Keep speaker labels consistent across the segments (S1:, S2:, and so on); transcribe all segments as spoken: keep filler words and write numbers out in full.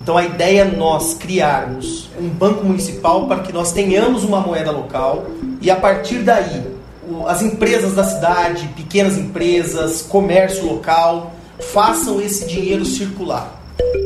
S1: Então a ideia é nós criarmos um banco municipal para que nós tenhamos uma moeda local e a partir daí as empresas da cidade, pequenas empresas, comércio local, façam esse dinheiro circular.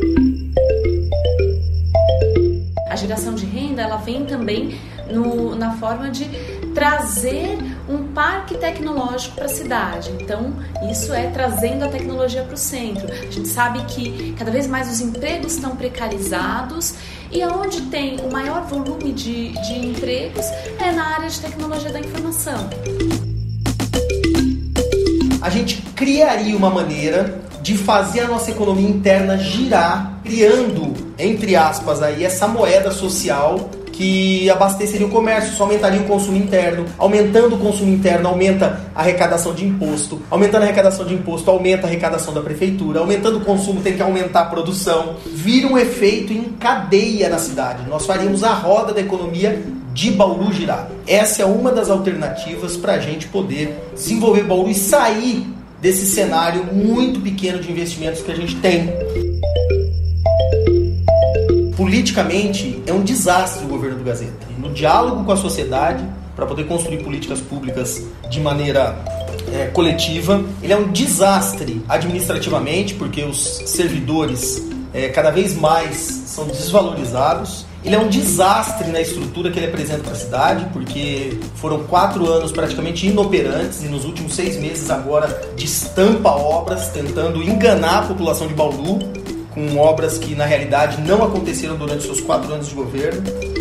S2: A geração de renda, ela vem também no, na forma de trazer um parque tecnológico para a cidade. Então, isso é trazendo a tecnologia para o centro. A gente sabe que cada vez mais os empregos estão precarizados e onde tem o maior volume de, de empregos é na área de tecnologia da informação.
S1: A gente criaria uma maneira de fazer a nossa economia interna girar, criando, entre aspas, aí, essa moeda social que abasteceria o comércio, isso aumentaria o consumo interno. Aumentando o consumo interno, aumenta a arrecadação de imposto. Aumentando a arrecadação de imposto, aumenta a arrecadação da prefeitura. Aumentando o consumo, tem que aumentar a produção. Vira um efeito em cadeia na cidade. Nós faríamos a roda da economia de Bauru girar. Essa é uma das alternativas para a gente poder desenvolver Bauru e sair desse cenário muito pequeno de investimentos que a gente tem. Politicamente, é um desastre o governo do Gazeta. No diálogo com a sociedade, para poder construir políticas públicas de maneira é, coletiva, ele é um desastre administrativamente, porque os servidores é, cada vez mais são desvalorizados. Ele é um desastre na estrutura que ele apresenta para a cidade, porque foram quatro anos praticamente inoperantes e nos últimos seis meses agora destampa obras, tentando enganar a população de Bauru, com obras que na realidade não aconteceram durante seus quatro anos de governo.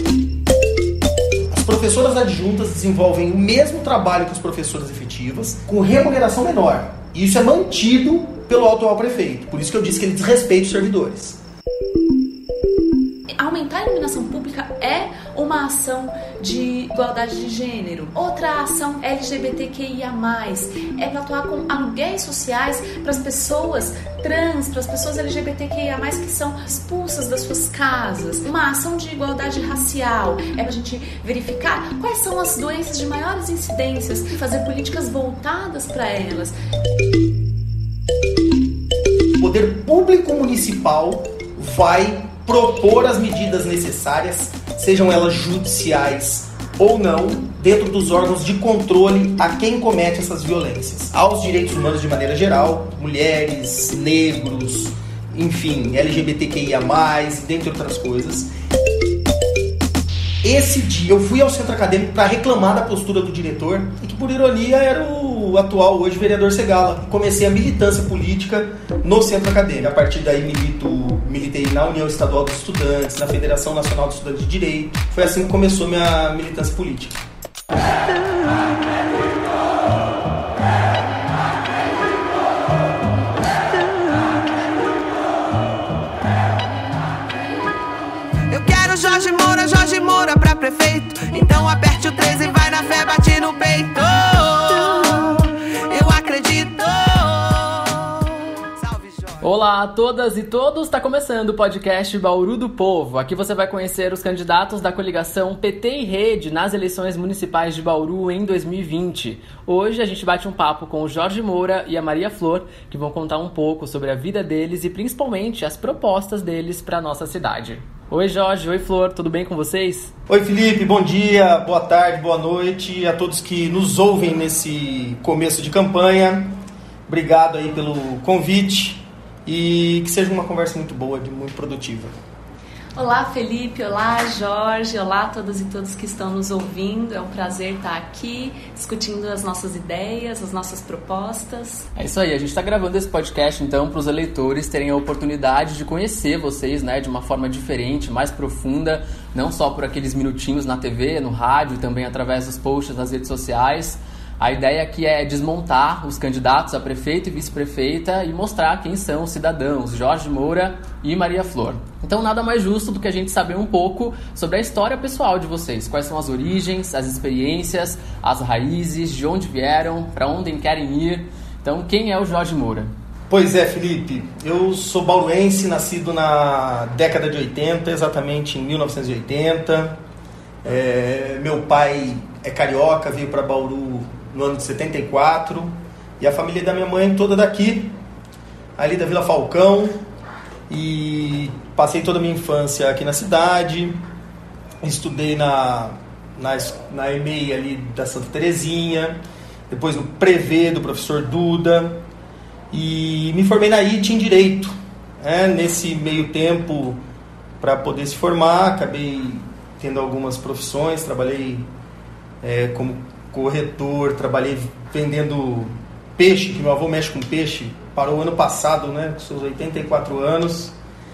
S1: As professoras adjuntas desenvolvem o mesmo trabalho que as professoras efetivas, com remuneração menor. E isso é mantido pelo atual prefeito. Por isso que eu disse que ele desrespeita os servidores.
S2: Aumentar a iluminação pública é uma ação de igualdade de gênero. Outra ação L G B T Q I A mais, é para atuar com aluguéis sociais para as pessoas trans, para as pessoas L G B T Q I A mais, que são expulsas das suas casas. Uma ação de igualdade racial, é para a gente verificar quais são as doenças de maiores incidências e fazer políticas voltadas para elas.
S1: O poder público municipal vai propor as medidas necessárias, sejam elas judiciais ou não, dentro dos órgãos de controle a quem comete essas violências, aos direitos humanos de maneira geral, mulheres, negros, enfim, L G B T Q I A mais, dentre outras coisas. Esse dia eu fui ao centro acadêmico para reclamar da postura do diretor, e que por ironia era o atual hoje vereador Segala. Comecei a militância política no centro acadêmico. A partir daí milito, militei na União Estadual dos Estudantes, na Federação Nacional dos Estudantes de Direito. Foi assim que começou minha militância política.
S3: Eu quero Jorge Moura, Jorge Moura pra prefeito. Então aperte o treze e vai na fé, bate no peito. Eu acredito. Salve Jorge.
S4: Olá a todas e todos, está começando o podcast Bauru do Povo. Aqui você vai conhecer os candidatos da coligação P T e Rede nas eleições municipais de Bauru em dois mil e vinte. Hoje a gente bate um papo com o Jorge Moura e a Maria Flor, que vão contar um pouco sobre a vida deles e principalmente as propostas deles para a nossa cidade. Oi Jorge, oi Flor, tudo bem com vocês?
S1: Oi Felipe, bom dia, boa tarde, boa noite a todos que nos ouvem nesse começo de campanha. Obrigado aí pelo convite e que seja uma conversa muito boa, muito produtiva.
S2: Olá Felipe, olá Jorge, olá a todas e todos que estão nos ouvindo. É um prazer estar aqui discutindo as nossas ideias, as nossas propostas.
S4: É isso aí, a gente está gravando esse podcast então para os eleitores terem a oportunidade de conhecer vocês, né, de uma forma diferente, mais profunda, não só por aqueles minutinhos na T V, no rádio, também através dos posts nas redes sociais. A ideia aqui é desmontar os candidatos a prefeito e vice-prefeita e mostrar quem são os cidadãos, Jorge Moura e Maria Flor. Então nada mais justo do que a gente saber um pouco sobre a história pessoal de vocês. Quais são as origens, as experiências, as raízes, de onde vieram, para onde querem ir. Então quem é o Jorge Moura?
S1: Pois é, Felipe, eu sou bauruense, nascido na década de oitenta, exatamente em mil novecentos e oitenta. É, meu pai é carioca, veio para Bauru no ano de setenta e quatro, e a família da minha mãe toda daqui, ali da Vila Falcão, e passei toda a minha infância aqui na cidade, estudei na, na, na E M E I ali da Santa Terezinha, depois no Prevê do professor Duda, e me formei na I T em Direito. É, nesse meio tempo, para poder se formar, acabei tendo algumas profissões, trabalhei é, como corretor, trabalhei vendendo peixe, que meu avô mexe com peixe, parou ano passado, né, com seus oitenta e quatro anos,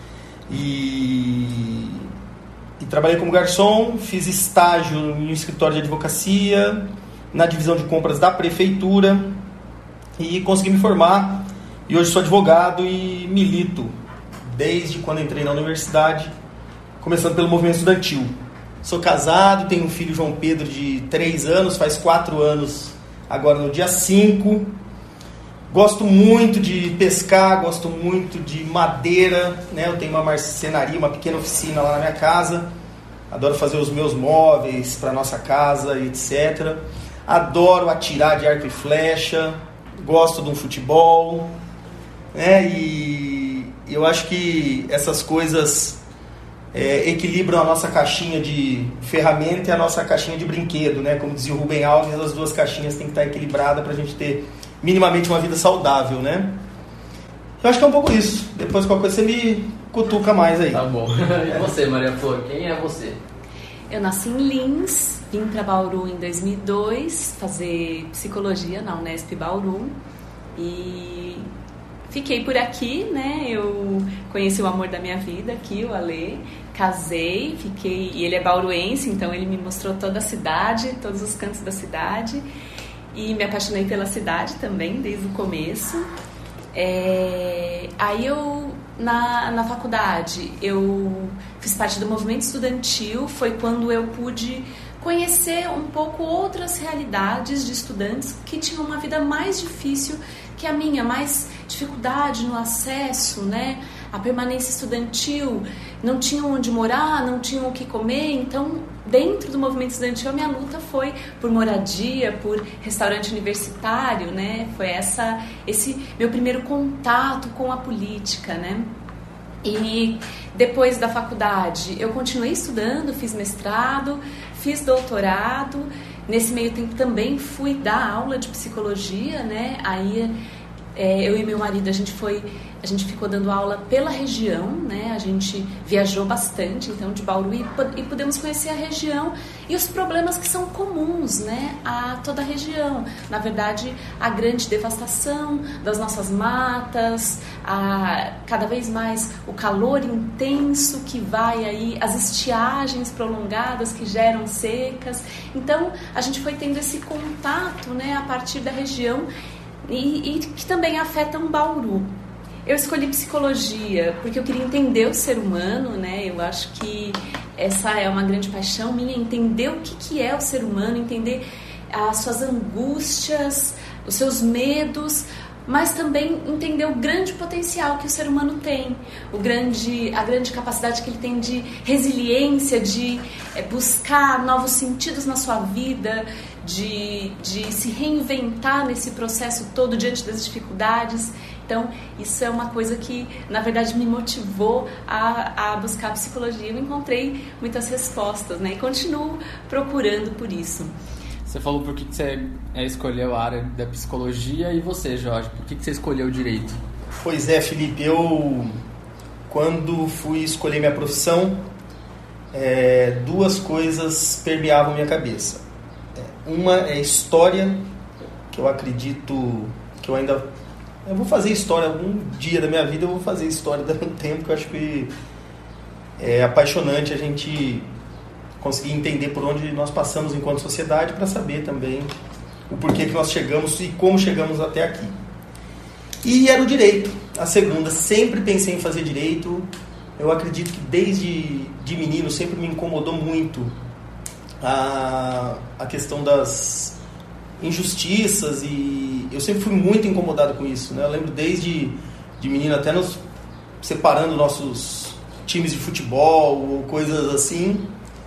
S1: e, e trabalhei como garçom, fiz estágio em um escritório de advocacia, na divisão de compras da prefeitura, e consegui me formar, e hoje sou advogado e milito desde quando entrei na universidade, começando pelo movimento estudantil. Sou casado, tenho um filho, João Pedro, de três anos, faz quatro anos agora no dia cinco. Gosto muito de pescar, gosto muito de madeira, né? Eu tenho uma marcenaria, uma pequena oficina lá na minha casa. Adoro fazer os meus móveis para nossa casa, etcétera. Adoro atirar de arco e flecha, gosto de um futebol, né? E eu acho que essas coisas é, equilibram a nossa caixinha de ferramenta e a nossa caixinha de brinquedo, né? Como dizia o Rubem Alves, as duas caixinhas têm que estar equilibradas para a gente ter minimamente uma vida saudável, né? Eu acho que é um pouco isso. Depois qualquer coisa você me cutuca mais aí.
S4: Tá bom. E você, Maria Flor, quem é você?
S2: Eu nasci em Lins, vim para Bauru em dois mil e dois fazer psicologia na Unesp Bauru e fiquei por aqui, né? Eu conheci o amor da minha vida aqui, o Alê, casei, fiquei, e ele é bauruense, então ele me mostrou toda a cidade, todos os cantos da cidade, e me apaixonei pela cidade também desde o começo. É, aí eu na, na faculdade eu fiz parte do movimento estudantil, foi quando eu pude conhecer um pouco outras realidades de estudantes que tinham uma vida mais difícil que a minha, mais dificuldade no acesso, né, a permanência estudantil, não tinham onde morar, não tinham o que comer, então dentro do movimento estudantil a minha luta foi por moradia, por restaurante universitário, né, foi essa, esse meu primeiro contato com a política, né. E depois da faculdade eu continuei estudando, fiz mestrado, fiz doutorado. Nesse meio tempo também fui dar aula de psicologia, né? Aí é, eu e meu marido a gente foi, a gente ficou dando aula pela região, né? A gente viajou bastante, então de Bauru e, e pudemos conhecer a região e os problemas que são comuns, né? A toda a região. Na verdade, a grande devastação das nossas matas, a cada vez mais o calor intenso que vai aí, as estiagens prolongadas que geram secas. Então a gente foi tendo esse contato, né? A partir da região. E, e que também afetam Bauru. Eu escolhi psicologia porque eu queria entender o ser humano, né? Eu acho que essa é uma grande paixão minha, entender o que, que é o ser humano, entender as suas angústias, os seus medos, mas também entender o grande potencial que o ser humano tem, o grande, a grande capacidade que ele tem de resiliência, de é, buscar novos sentidos na sua vida, de, de se reinventar nesse processo todo diante das dificuldades. Então, isso é uma coisa que, na verdade, me motivou a, a buscar a psicologia. Eu encontrei muitas respostas, né? E continuo procurando por isso.
S4: Você falou por que você escolheu a área da psicologia, e você, Jorge, por que você escolheu o direito?
S1: Pois é, Felipe, eu, quando fui escolher minha profissão, é, duas coisas permeavam minha cabeça. Uma é história, que eu acredito que eu ainda... Eu vou fazer história, algum dia da minha vida eu vou fazer história dando um tempo, que eu acho que é apaixonante a gente conseguir entender por onde nós passamos enquanto sociedade, para saber também o porquê que nós chegamos e como chegamos até aqui. E era o direito, a segunda. Sempre pensei em fazer direito. Eu acredito que desde de menino sempre me incomodou muito a, a questão das injustiças, e eu sempre fui muito incomodado com isso, né? Eu lembro desde de menino, até nos separando nossos times de futebol ou coisas assim,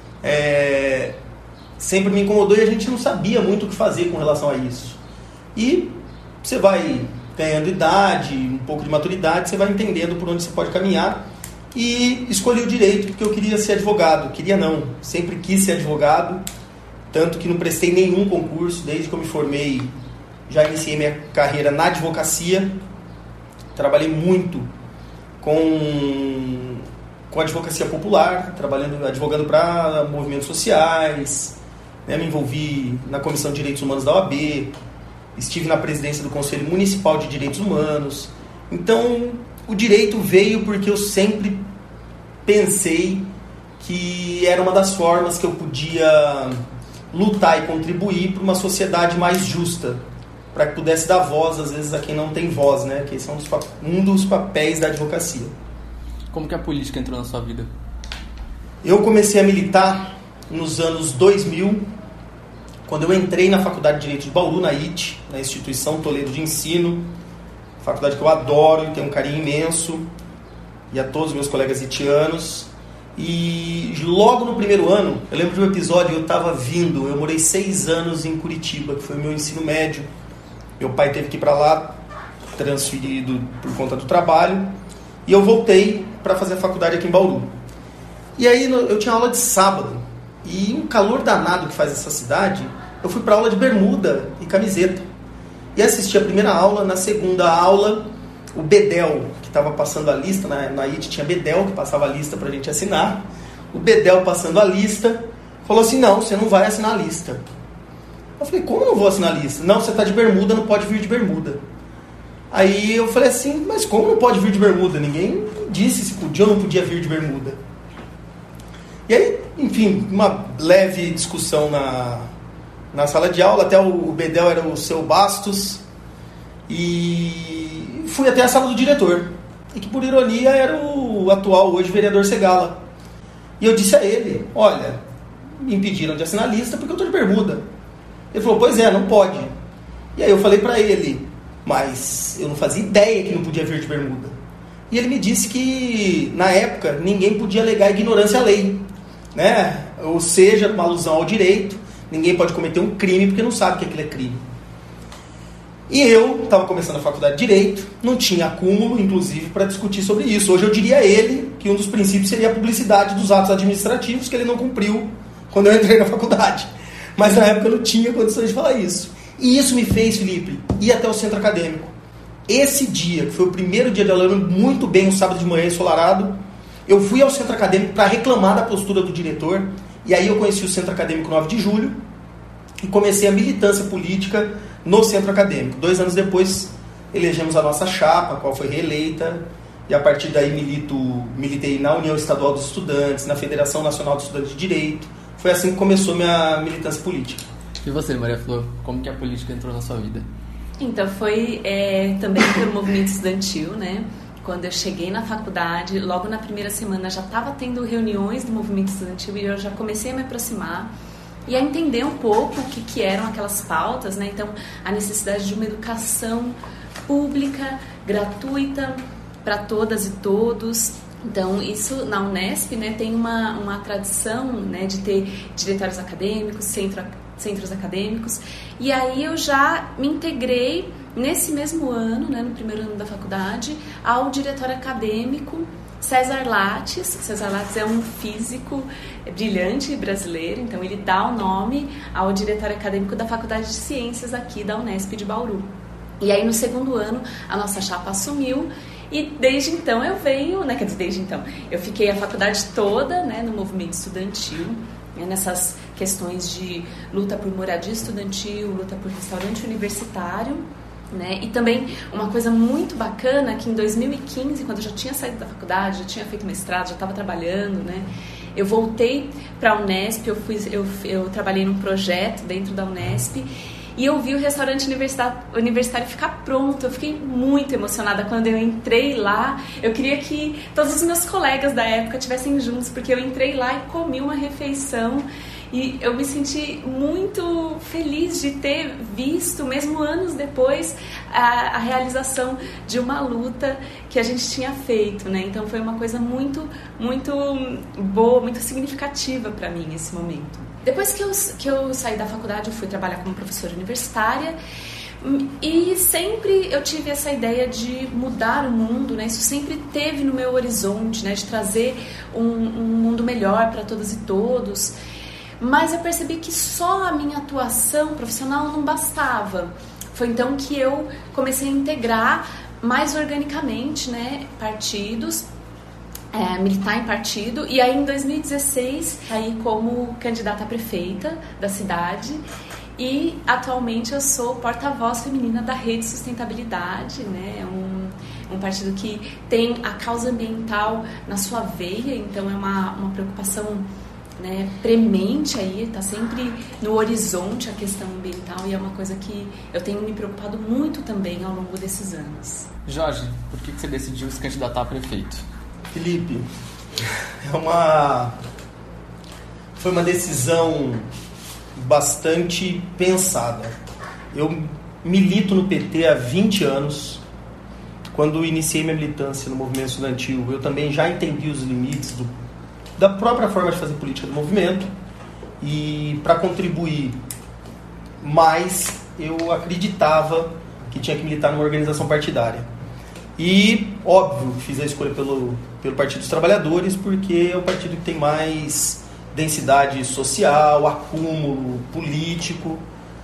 S1: é, sempre me incomodou, e a gente não sabia muito o que fazer com relação a isso. E você vai ganhando idade, um pouco de maturidade, você vai entendendo por onde você pode caminhar. E escolhi o direito porque eu queria ser advogado. Queria não, sempre quis ser advogado, tanto que não prestei nenhum concurso. Desde que eu me formei, já iniciei minha carreira na advocacia. Trabalhei muito com, com advocacia popular, trabalhando, advogando para movimentos sociais, né? Me envolvi na Comissão de Direitos Humanos da O A B, estive na presidência do Conselho Municipal de Direitos Humanos. Então, o direito veio porque eu sempre pensei que era uma das formas que eu podia lutar e contribuir para uma sociedade mais justa, para que pudesse dar voz, às vezes, a quem não tem voz, né? Que esse é um dos, um dos papéis da advocacia.
S4: Como que a política entrou na sua vida?
S1: Eu comecei a militar nos anos dois mil, quando eu entrei na Faculdade de Direito de Bauru, na I T, na Instituição Toledo de Ensino, faculdade que eu adoro e tenho um carinho imenso, e a todos os meus colegas itianos. E logo no primeiro ano, eu lembro de um episódio, eu estava vindo, eu morei seis anos em Curitiba, que foi o meu ensino médio. Meu pai teve que ir para lá, transferido por conta do trabalho, e eu voltei para fazer a faculdade aqui em Bauru. E aí eu tinha aula de sábado, e um calor danado que faz essa cidade, eu fui para aula de bermuda e camiseta. E assisti a primeira aula. Na segunda aula, o Bedel, que estava passando a lista, na, na I T tinha Bedel, que passava a lista para a gente assinar. O Bedel passando a lista, falou assim, não, você não vai assinar a lista. Eu falei, como eu não vou assinar a lista? Não, você está de bermuda, não pode vir de bermuda. Aí eu falei assim, mas como não pode vir de bermuda? Ninguém disse se podia ou não podia vir de bermuda. E aí, enfim, uma leve discussão na, na sala de aula, até o, o Bedel era o seu Bastos, e fui até a sala do diretor, e que por ironia era o atual hoje vereador Segala. E eu disse a ele, olha, me impediram de assinar a lista porque eu estou de bermuda. Ele falou, pois é, não pode. E aí eu falei para ele, mas eu não fazia ideia que não podia vir de bermuda. E ele me disse que, na época, ninguém podia alegar ignorância à lei, né? Ou seja, uma alusão ao direito, ninguém pode cometer um crime porque não sabe que aquilo é crime. E eu estava começando a faculdade de Direito, não tinha acúmulo, inclusive, para discutir sobre isso. Hoje eu diria a ele que um dos princípios seria a publicidade dos atos administrativos, que ele não cumpriu quando eu entrei na faculdade. Mas na época eu não tinha condições de falar isso. E isso me fez, Felipe, ir até o centro acadêmico. Esse dia, que foi o primeiro dia de aula, eu lembro muito bem, um sábado de manhã ensolarado, eu fui ao centro acadêmico para reclamar da postura do diretor, e aí eu conheci o centro acadêmico nove de julho e comecei a militância política no centro acadêmico. Dois anos depois, elegemos a nossa chapa, a qual foi reeleita, e a partir daí milito, militei na União Estadual dos Estudantes, na Federação Nacional dos Estudantes de Direito. Foi assim que começou minha militância política.
S4: E você, Maria Flor, como que a política entrou na sua vida?
S2: Então, foi é, também pelo movimento estudantil, né? Quando eu cheguei na faculdade, logo na primeira semana já estava tendo reuniões do movimento estudantil e eu já comecei a me aproximar e a entender um pouco o que, que eram aquelas pautas, né? Então, a necessidade de uma educação pública, gratuita, para todas e todos. Então, isso na Unesp, né, tem uma, uma tradição, né, de ter diretórios acadêmicos, centro, centros acadêmicos. E aí eu já me integrei nesse mesmo ano, né, no primeiro ano da faculdade, ao diretório acadêmico César Lattes. César Lattes é um físico brilhante brasileiro, então ele dá o nome ao diretório acadêmico da Faculdade de Ciências aqui da Unesp de Bauru. E aí no segundo ano a nossa chapa assumiu e desde então eu venho, né, quer dizer, desde então, eu fiquei a faculdade toda, né, no movimento estudantil, né, nessas questões de luta por moradia estudantil, luta por restaurante universitário, né, e também uma coisa muito bacana que em dois mil e quinze, quando eu já tinha saído da faculdade, já tinha feito mestrado, já estava trabalhando, né, eu voltei para a Unesp, eu, fui, eu, eu trabalhei num projeto dentro da Unesp. E eu vi o restaurante universitário ficar pronto. Eu fiquei muito emocionada quando eu entrei lá. Eu queria que todos os meus colegas da época estivessem juntos, porque eu entrei lá e comi uma refeição. E eu me senti muito feliz de ter visto, mesmo anos depois, a, a realização de uma luta que a gente tinha feito, né? Então foi uma coisa muito, muito boa, muito significativa para mim esse momento. Depois que eu, que eu saí da faculdade, eu fui trabalhar como professora universitária, E sempre eu tive essa ideia de mudar o mundo, né? Isso sempre teve no meu horizonte, né? De trazer um, um mundo melhor para todas e todos. Mas eu percebi que só a minha atuação profissional não bastava. Foi então que eu comecei a integrar mais organicamente, né, partidos, é, militar em partido. E aí em dois mil e dezesseis saí como candidata a prefeita da cidade. E atualmente eu sou porta-voz feminina da Rede Sustentabilidade, né? É um, um partido que tem a causa ambiental na sua veia, então é uma, uma preocupação, né, premente aí, está sempre no horizonte a questão ambiental e é uma coisa que eu tenho me preocupado muito também ao longo desses anos.
S4: Jorge, por que você decidiu se candidatar a prefeito?
S1: Felipe, é uma... foi uma decisão bastante pensada. Eu milito no P T há vinte anos. Quando iniciei minha militância no movimento estudantil, eu também já entendi os limites do, da própria forma de fazer política do movimento, e para contribuir mais, eu acreditava que tinha que militar numa organização partidária. E, óbvio, fiz a escolha pelo, pelo Partido dos Trabalhadores, porque é o partido que tem mais densidade social, acúmulo político,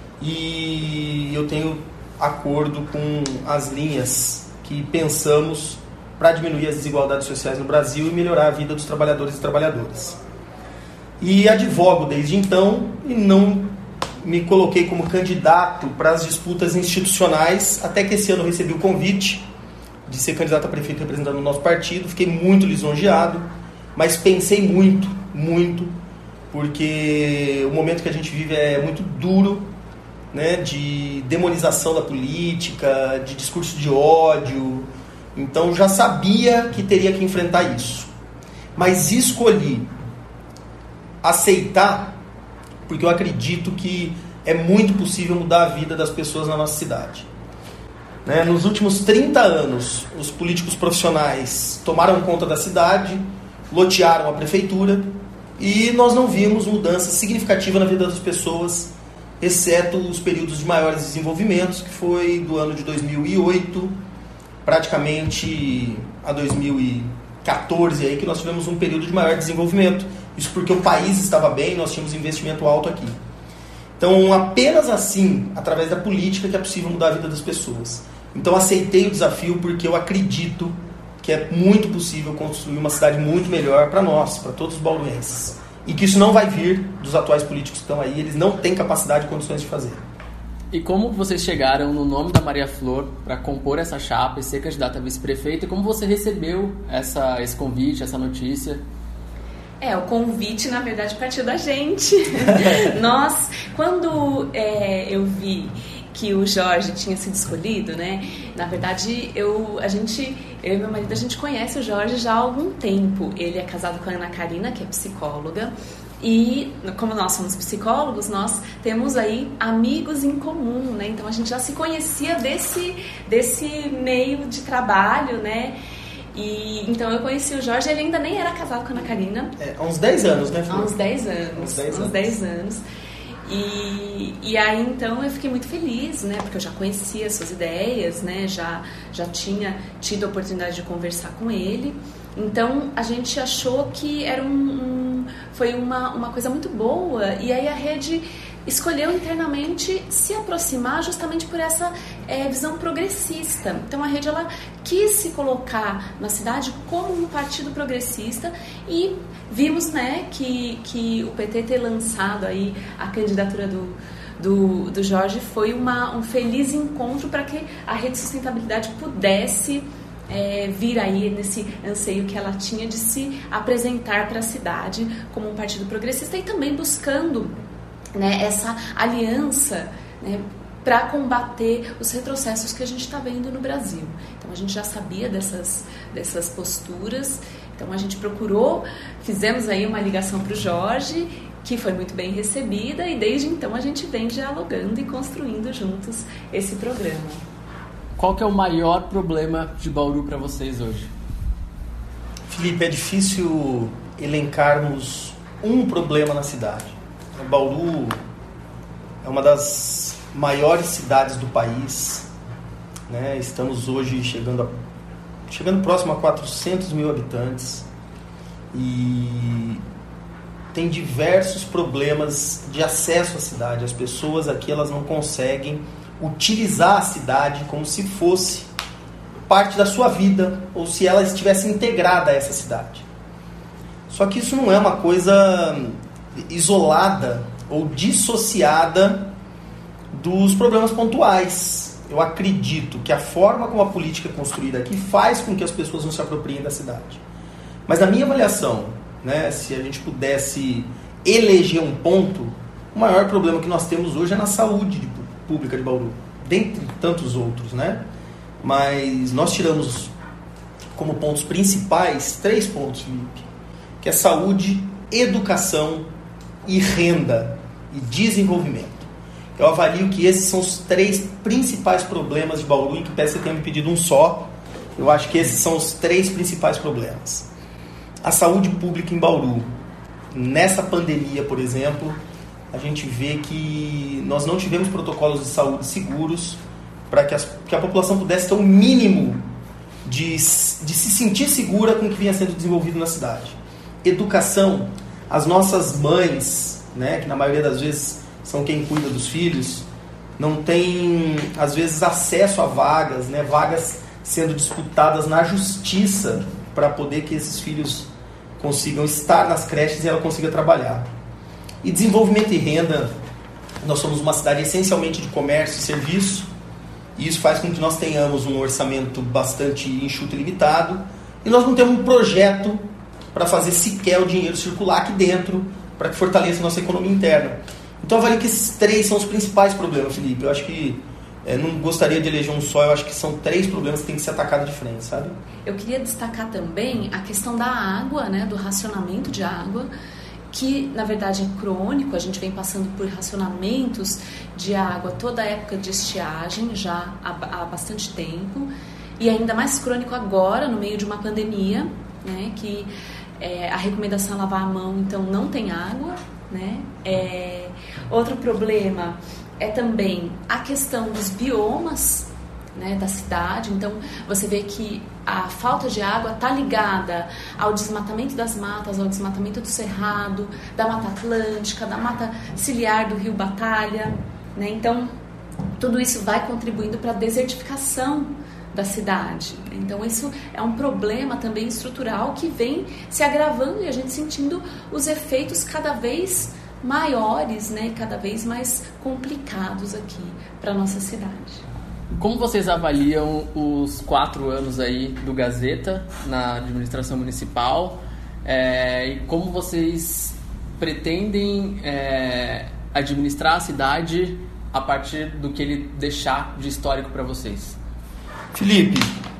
S1: e eu tenho acordo com as linhas que pensamos para diminuir as desigualdades sociais no Brasil e melhorar a vida dos trabalhadores e trabalhadoras. E advogo desde então e não me coloquei como candidato para as disputas institucionais, até que esse ano eu recebi o convite de ser candidato a prefeito representando o nosso partido. Fiquei muito lisonjeado, mas pensei muito, muito, porque o momento que a gente vive é muito duro, né, de demonização da política, de discurso de ódio. Então já sabia que teria que enfrentar isso, mas escolhi aceitar porque eu acredito que é muito possível mudar a vida das pessoas na nossa cidade. Né? Nos últimos trinta anos, os políticos profissionais tomaram conta da cidade, lotearam a prefeitura e nós não vimos mudança significativa na vida das pessoas, exceto os períodos de maiores desenvolvimentos, que foi do ano de dois mil e oito praticamente a dois mil e quatorze, aí, que nós tivemos um período de maior desenvolvimento. Isso porque o país estava bem, nós tínhamos investimento alto aqui. Então, apenas assim, através da política, que é possível mudar a vida das pessoas. Então, aceitei o desafio porque eu acredito que é muito possível construir uma cidade muito melhor para nós, para todos os bauruenses. E que isso não vai vir dos atuais políticos que estão aí, eles não têm capacidade e condições de fazer.
S4: E como vocês chegaram no nome da Maria Flor para compor essa chapa e ser candidata a vice-prefeita, e como você recebeu essa, esse convite, essa notícia?
S2: É, o convite, na verdade, partiu da gente. Nós, quando é, eu vi que o Jorge tinha sido escolhido, né? Na verdade, eu, a gente, eu e meu marido, a gente conhece o Jorge já há algum tempo. Ele é casado com a Ana Karina, que é psicóloga. E como nós somos psicólogos, nós temos aí amigos em comum, né? Então a gente já se conhecia desse, desse meio de trabalho, né? E então eu conheci o Jorge, ele ainda nem era casado com a Ana Karina.
S1: É, há uns dez anos, né, Flor?
S2: Há uns dez anos.
S1: Uns dez anos.
S2: Uns dez anos. E, e aí então eu fiquei muito feliz, né? Porque eu já conhecia as suas ideias, né? Já, já tinha tido a oportunidade de conversar com ele. Então a gente achou que era um, um, foi uma, uma coisa muito boa. E aí a rede escolheu internamente se aproximar justamente por essa é, visão progressista. Então a rede ela quis se colocar na cidade como um partido progressista e vimos, né, que, que o P T ter lançado aí a candidatura do, do, do Jorge foi uma, um feliz encontro para que a Rede Sustentabilidade pudesse É, vir aí nesse anseio que ela tinha de se apresentar para a cidade como um partido progressista e também buscando, né, essa aliança, né, para combater os retrocessos que a gente está vendo no Brasil. Então a gente já sabia dessas, dessas posturas, então a gente procurou, fizemos aí uma ligação para o Jorge, que foi muito bem recebida, e desde então a gente vem dialogando e construindo juntos esse programa.
S4: Qual que é o maior problema de Bauru para vocês hoje?
S1: Felipe, é difícil elencarmos um problema na cidade. Bauru é uma das maiores cidades do país, né? Estamos hoje chegando, a, chegando próximo a quatrocentos mil habitantes e tem diversos problemas de acesso à cidade. As pessoas aqui elas não conseguem utilizar a cidade como se fosse parte da sua vida ou se ela estivesse integrada a essa cidade. Só que isso não é uma coisa isolada ou dissociada dos problemas pontuais. Eu acredito que a forma como a política é construída aqui faz com que as pessoas não se apropriem da cidade. Mas na minha avaliação, né, se a gente pudesse eleger um ponto, o maior problema que nós temos hoje é na saúde de, pública de Bauru, dentre tantos outros, né? Mas nós tiramos como pontos principais três pontos, Felipe, que é saúde, educação e renda e desenvolvimento. Eu avalio que esses são os três principais problemas de Bauru, em que peço que tenha me pedido um só. Eu acho que esses são os três principais problemas. A saúde pública em Bauru. Nessa pandemia, por exemplo, a gente vê que nós não tivemos protocolos de saúde seguros para que, que a população pudesse ter um mínimo de, de se sentir segura com o que vinha sendo desenvolvido na cidade. Educação. As nossas mães, né, que na maioria das vezes são quem cuida dos filhos, não têm, às vezes, acesso a vagas, né, vagas sendo disputadas na justiça para poder que esses filhos consigam estar nas creches e ela consiga trabalhar. E desenvolvimento e renda, nós somos uma cidade essencialmente de comércio e serviço, e isso faz com que nós tenhamos um orçamento bastante enxuto e limitado, e nós não temos um projeto para fazer sequer o dinheiro circular aqui dentro, para que fortaleça a nossa economia interna. Então eu avalio que esses três são os principais problemas, Felipe. Eu acho que é, não gostaria de eleger um só, eu acho que são três problemas que tem que ser atacados de frente, sabe?
S2: Eu queria destacar também a questão da água, né, do racionamento de água, que na verdade é crônico. A gente vem passando por racionamentos de água toda a época de estiagem, já há, há bastante tempo, e ainda mais crônico agora, no meio de uma pandemia, né, que é, a recomendação é lavar a mão, então não tem água, né? É, outro problema é também a questão dos biomas, né, da cidade. Então você vê que a falta de água está ligada ao desmatamento das matas, ao desmatamento do Cerrado, da Mata Atlântica, da Mata Ciliar do Rio Batalha, né? Então tudo isso vai contribuindo para a desertificação da cidade. Então isso é um problema também estrutural que vem se agravando e a gente sentindo os efeitos cada vez maiores, né, cada vez mais complicados aqui para nossa cidade.
S4: Como vocês avaliam os quatro anos aí do Gazeta na administração municipal, é, e como vocês pretendem é, administrar a cidade a partir do que ele deixar de histórico para vocês?
S1: Felipe,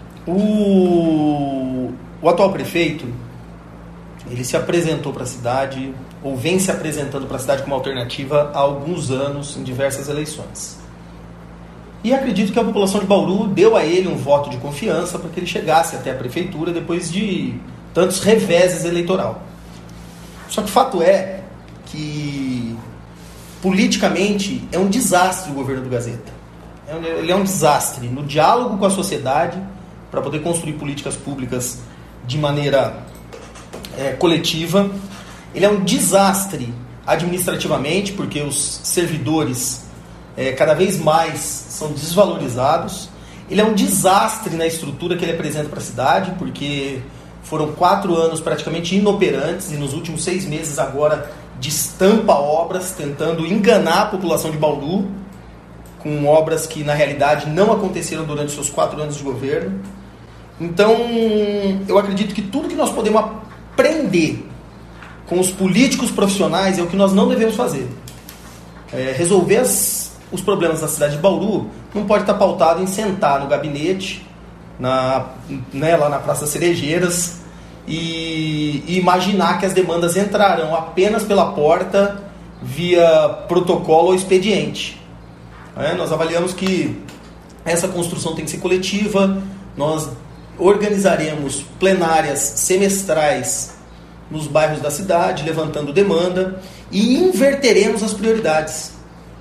S1: o, o atual prefeito, ele se apresentou para a cidade, ou vem se apresentando para a cidade como alternativa há alguns anos, em diversas eleições. E acredito que a população de Bauru deu a ele um voto de confiança para que ele chegasse até a prefeitura depois de tantos reveses eleitoral. Só que o fato é que, politicamente, é um desastre o governo do Gazeta. Ele é um desastre no diálogo com a sociedade para poder construir políticas públicas de maneira é, coletiva. Ele é um desastre administrativamente, porque os servidores é, cada vez mais são desvalorizados. Ele é um desastre na estrutura que ele apresenta para a cidade, porque foram quatro anos praticamente inoperantes e nos últimos seis meses agora destampa obras, tentando enganar a população de Bauru com obras que na realidade não aconteceram durante seus quatro anos de governo. Então eu acredito que tudo que nós podemos aprender com os políticos profissionais é o que nós não devemos fazer. É, resolver as, os problemas da cidade de Bauru não pode estar pautado em sentar no gabinete, na, né, lá na Praça Cerejeiras, e, e imaginar que as demandas entrarão apenas pela porta via protocolo ou expediente. É, nós avaliamos que essa construção tem que ser coletiva. Nós organizaremos plenárias semestrais nos bairros da cidade, levantando demanda, e inverteremos as prioridades.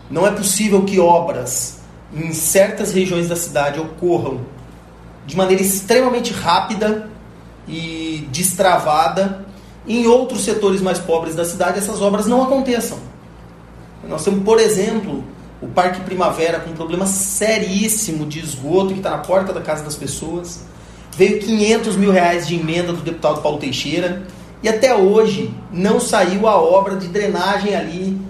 S1: Não é possível que obras em certas regiões da cidade ocorram de maneira extremamente rápida e destravada. Em outros setores mais pobres da cidade, essas obras não aconteçam. Nós temos, por exemplo, o Parque Primavera com um problema seríssimo de esgoto que está na porta da casa das pessoas. Veio quinhentos mil reais de emenda do deputado Paulo Teixeira e até hoje não saiu a obra de drenagem ali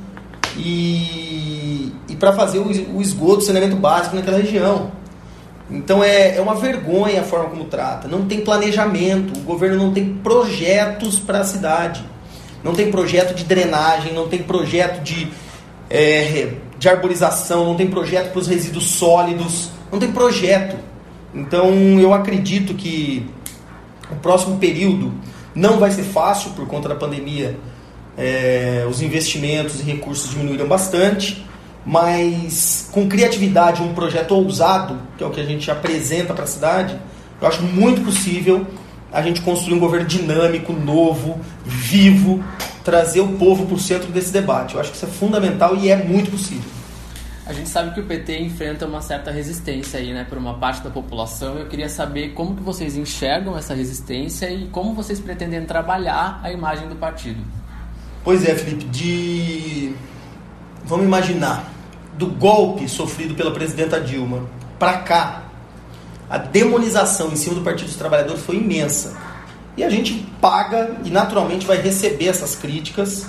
S1: e, e para fazer o, o esgoto, o saneamento básico naquela região. Então é, é uma vergonha a forma como trata. Não tem planejamento, o governo não tem projetos para a cidade. Não tem projeto de drenagem, não tem projeto de, é, de arborização, não tem projeto para os resíduos sólidos, não tem projeto. Então eu acredito que o próximo período não vai ser fácil por conta da pandemia. É, os investimentos e recursos diminuíram bastante. Mas com criatividade, um projeto ousado, que é o que a gente apresenta para a cidade, eu acho muito possível a gente construir um governo dinâmico, novo, vivo, trazer o povo para o centro desse debate. Eu acho que isso é fundamental e é muito possível.
S4: A gente sabe que o P T enfrenta uma certa resistência aí, né, por uma parte da população. Eu queria saber como que vocês enxergam essa resistência e como vocês pretendem trabalhar a imagem do partido.
S1: Pois é, Felipe, de... vamos imaginar, do golpe sofrido pela presidenta Dilma para cá, a demonização em cima do Partido dos Trabalhadores foi imensa. E a gente paga e naturalmente vai receber essas críticas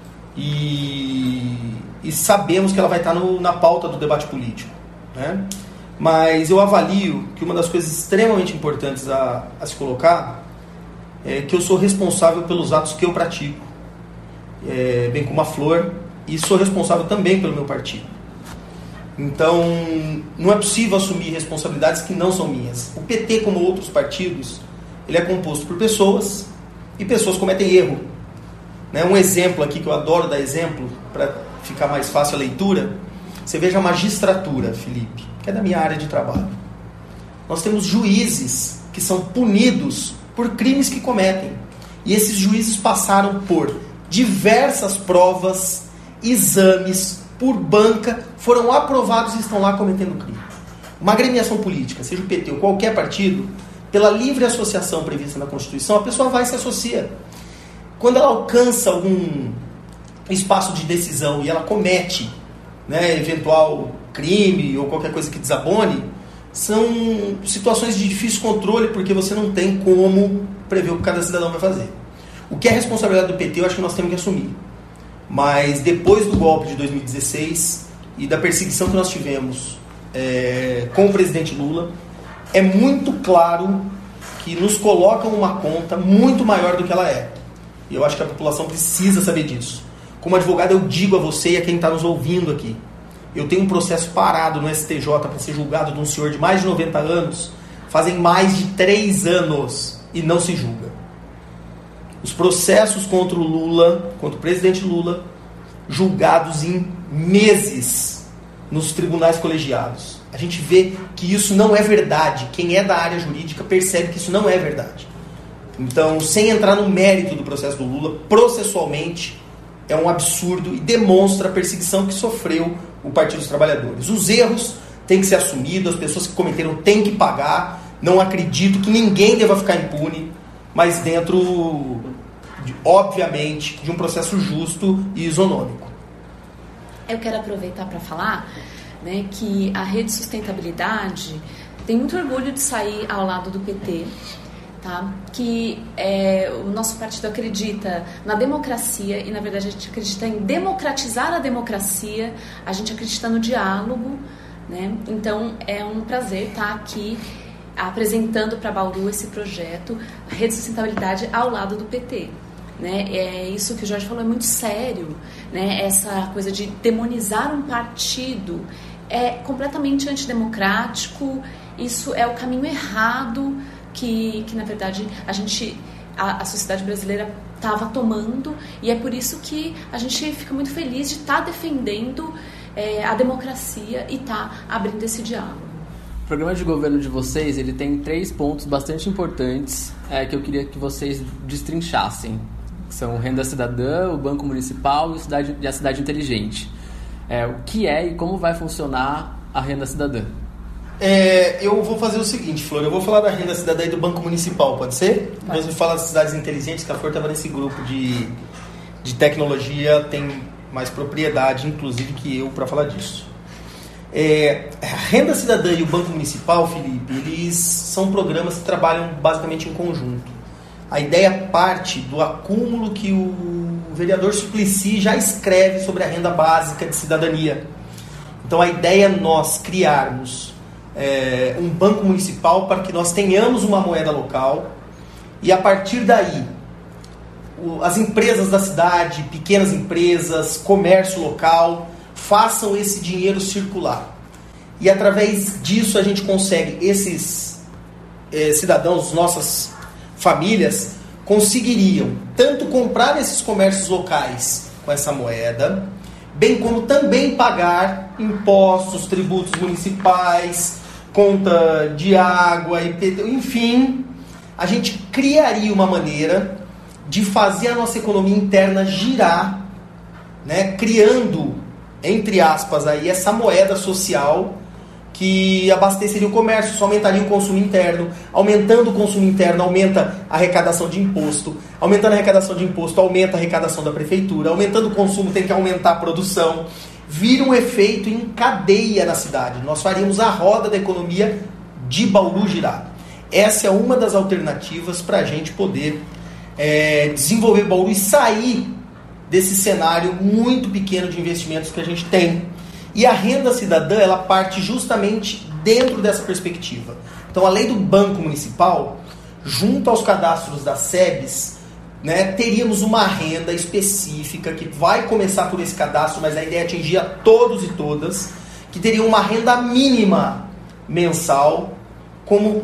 S1: e, e sabemos que ela vai estar no, na pauta do debate político, né? Mas eu avalio que uma das coisas extremamente importantes a, a se colocar é que eu sou responsável pelos atos que eu pratico, é, bem como a Flor, e sou responsável também pelo meu partido. Então, não é possível assumir responsabilidades que não são minhas. O P T, como outros partidos, ele é composto por pessoas e pessoas cometem erro. Né? Um exemplo aqui que eu adoro dar exemplo, para ficar mais fácil a leitura, você veja a magistratura, Felipe, que é da minha área de trabalho. Nós temos juízes que são punidos por crimes que cometem. E esses juízes passaram por diversas provas, exames, por banca, foram aprovados e estão lá cometendo crime. Uma agremiação política, seja o P T ou qualquer partido, pela livre associação prevista na Constituição, a pessoa vai e se associa. Quando ela alcança algum espaço de decisão e ela comete, né, eventual crime ou qualquer coisa que desabone, são situações de difícil controle, porque você não tem como prever o que cada cidadão vai fazer. O que é responsabilidade do P T, eu acho que nós temos que assumir. Mas depois do golpe de dois mil e dezesseis e da perseguição que nós tivemos é, com o presidente Lula, é muito claro que nos colocam uma conta muito maior do que ela é. E eu acho que a população precisa saber disso. Como advogado, eu digo a você e a quem está nos ouvindo aqui, eu tenho um processo parado no S T J para ser julgado de um senhor de mais de noventa anos, fazem mais de três anos e não se julga. Os processos contra o Lula, contra o presidente Lula, julgados em meses nos tribunais colegiados. A gente vê que isso não é verdade. Quem é da área jurídica percebe que isso não é verdade. Então, sem entrar no mérito do processo do Lula, processualmente, é um absurdo e demonstra a perseguição que sofreu o Partido dos Trabalhadores. Os erros têm que ser assumidos, as pessoas que cometeram têm que pagar. Não acredito que ninguém deva ficar impune, mas dentro, de, obviamente, de um processo justo e isonômico.
S2: Eu quero aproveitar para falar, né, que a Rede Sustentabilidade tem muito orgulho de sair ao lado do P T, tá? Que é, o nosso partido acredita na democracia e, na verdade, a gente acredita em democratizar a democracia, a gente acredita no diálogo, né? Então, é um prazer estar aqui apresentando para Bauru esse projeto, a Rede Sustentabilidade ao lado do P T. Né? É isso que o Jorge falou, é muito sério, né? Essa coisa de demonizar um partido é completamente antidemocrático, isso é o caminho errado que, que na verdade, a gente, a, a sociedade brasileira estava tomando, e é por isso que a gente fica muito feliz de estar tá defendendo é, a democracia e estar tá abrindo esse diálogo.
S4: O programa de governo de vocês, ele tem três pontos bastante importantes é, que eu queria que vocês destrinchassem. São renda cidadã, o Banco Municipal e a cidade, e a cidade inteligente. é, o que é e como vai funcionar a renda cidadã.
S1: É, eu vou fazer o seguinte, Flor, eu vou falar da renda cidadã e do Banco Municipal, pode ser? Depois eu falo das cidades inteligentes, que a Flor estava nesse grupo de, de tecnologia, tem mais propriedade, inclusive, que eu para falar disso. É, a renda cidadã e o Banco Municipal, Felipe, eles são programas que trabalham basicamente em conjunto. A ideia parte do acúmulo que o vereador Suplicy já escreve sobre a renda básica de cidadania. Então a ideia é nós criarmos É, um banco municipal para que nós tenhamos uma moeda local e a partir daí o, as empresas da cidade, pequenas empresas, comércio local façam esse dinheiro circular e através disso a gente consegue, esses é, cidadãos, nossas famílias conseguiriam tanto comprar esses comércios locais com essa moeda, bem como também pagar impostos, tributos municipais, conta de água, I P T U, enfim, a gente criaria uma maneira de fazer a nossa economia interna girar, né, criando, entre aspas, aí, essa moeda social que abasteceria o comércio, isso aumentaria o consumo interno, aumentando o consumo interno, aumenta a arrecadação de imposto, aumentando a arrecadação de imposto, aumenta a arrecadação da prefeitura, aumentando o consumo, tem que aumentar a produção, vira um efeito em cadeia na cidade. Nós faríamos a roda da economia de Bauru girar. Essa é uma das alternativas para a gente poder é, desenvolver Bauru e sair desse cenário muito pequeno de investimentos que a gente tem. E a renda cidadã, ela parte justamente dentro dessa perspectiva. Então, além do Banco Municipal, junto aos cadastros das S E Bs, né, teríamos uma renda específica que vai começar por esse cadastro, mas a ideia é atingir a todos e todas, que teria uma renda mínima mensal como,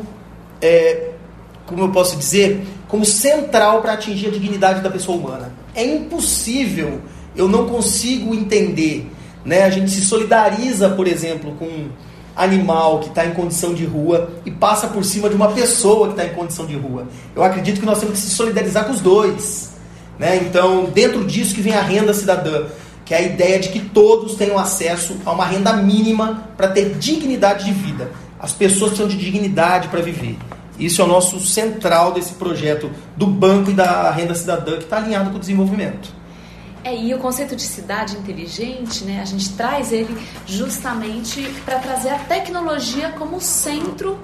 S1: é, como eu posso dizer, como central para atingir a dignidade da pessoa humana. É impossível, eu não consigo entender, né, a gente se solidariza, por exemplo, com um animal que está em condição de rua e passa por cima de uma pessoa que está em condição de rua. Eu acredito que nós temos que se solidarizar com os dois, né? Então, dentro disso que vem a renda cidadã, que é a ideia de que todos tenham acesso a uma renda mínima para ter dignidade de vida. As pessoas precisam de dignidade para viver. Isso é o nosso central desse projeto do banco e da renda cidadã, que está alinhado com o desenvolvimento.
S2: É, e o conceito de cidade inteligente, né, a gente traz ele justamente para trazer a tecnologia como centro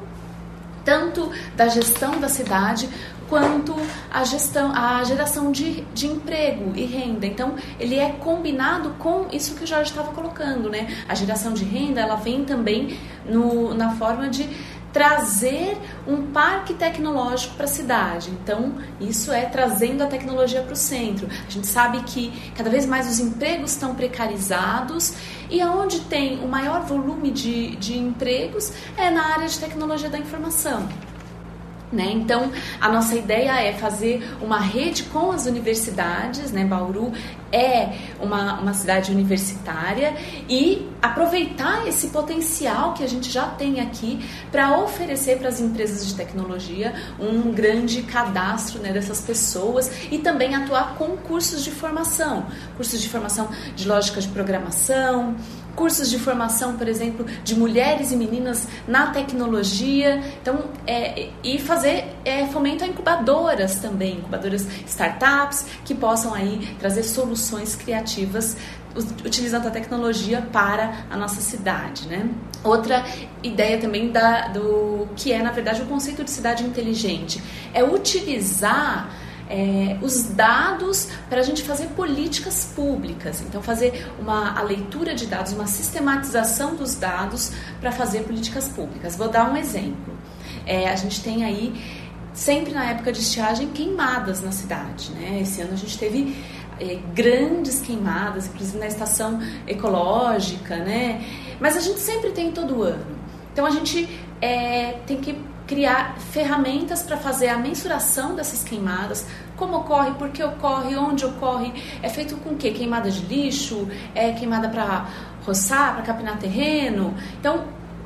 S2: tanto da gestão da cidade quanto a gestão, a geração de, de emprego e renda. Então, ele é combinado com isso que o Jorge estava colocando, né? A geração de renda, ela vem também no, na forma de trazer um parque tecnológico para a cidade. Então, isso é trazendo a tecnologia para o centro. A gente sabe que cada vez mais os empregos estão precarizados e aonde tem o maior volume de, de empregos é na área de tecnologia da informação. Né? Então, a nossa ideia é fazer uma rede com as universidades, né? Bauru é uma, uma cidade universitária e aproveitar esse potencial que a gente já tem aqui para oferecer para as empresas de tecnologia um grande cadastro, né, dessas pessoas e também atuar com cursos de formação, cursos de formação de lógica de programação, cursos de formação, por exemplo, de mulheres e meninas na tecnologia, então, é, e fazer é, fomento a incubadoras também, incubadoras startups que possam aí trazer soluções criativas utilizando a tecnologia para a nossa cidade, né? Outra ideia também da, do que é, na verdade, o conceito de cidade inteligente é utilizar É, os dados para a gente fazer políticas públicas. Então, fazer uma, a leitura de dados, uma sistematização dos dados para fazer políticas públicas. Vou dar um exemplo. É, a gente tem aí, sempre na época de estiagem, queimadas na cidade, né? Esse ano a gente teve é, grandes queimadas, inclusive na estação ecológica, né? Mas a gente sempre tem todo ano. Então, a gente é, tem que criar ferramentas para fazer a mensuração dessas queimadas, como ocorre, por que ocorre, onde ocorre, é feito com o quê? Queimada de lixo, é queimada para roçar, para capinar terreno. Então,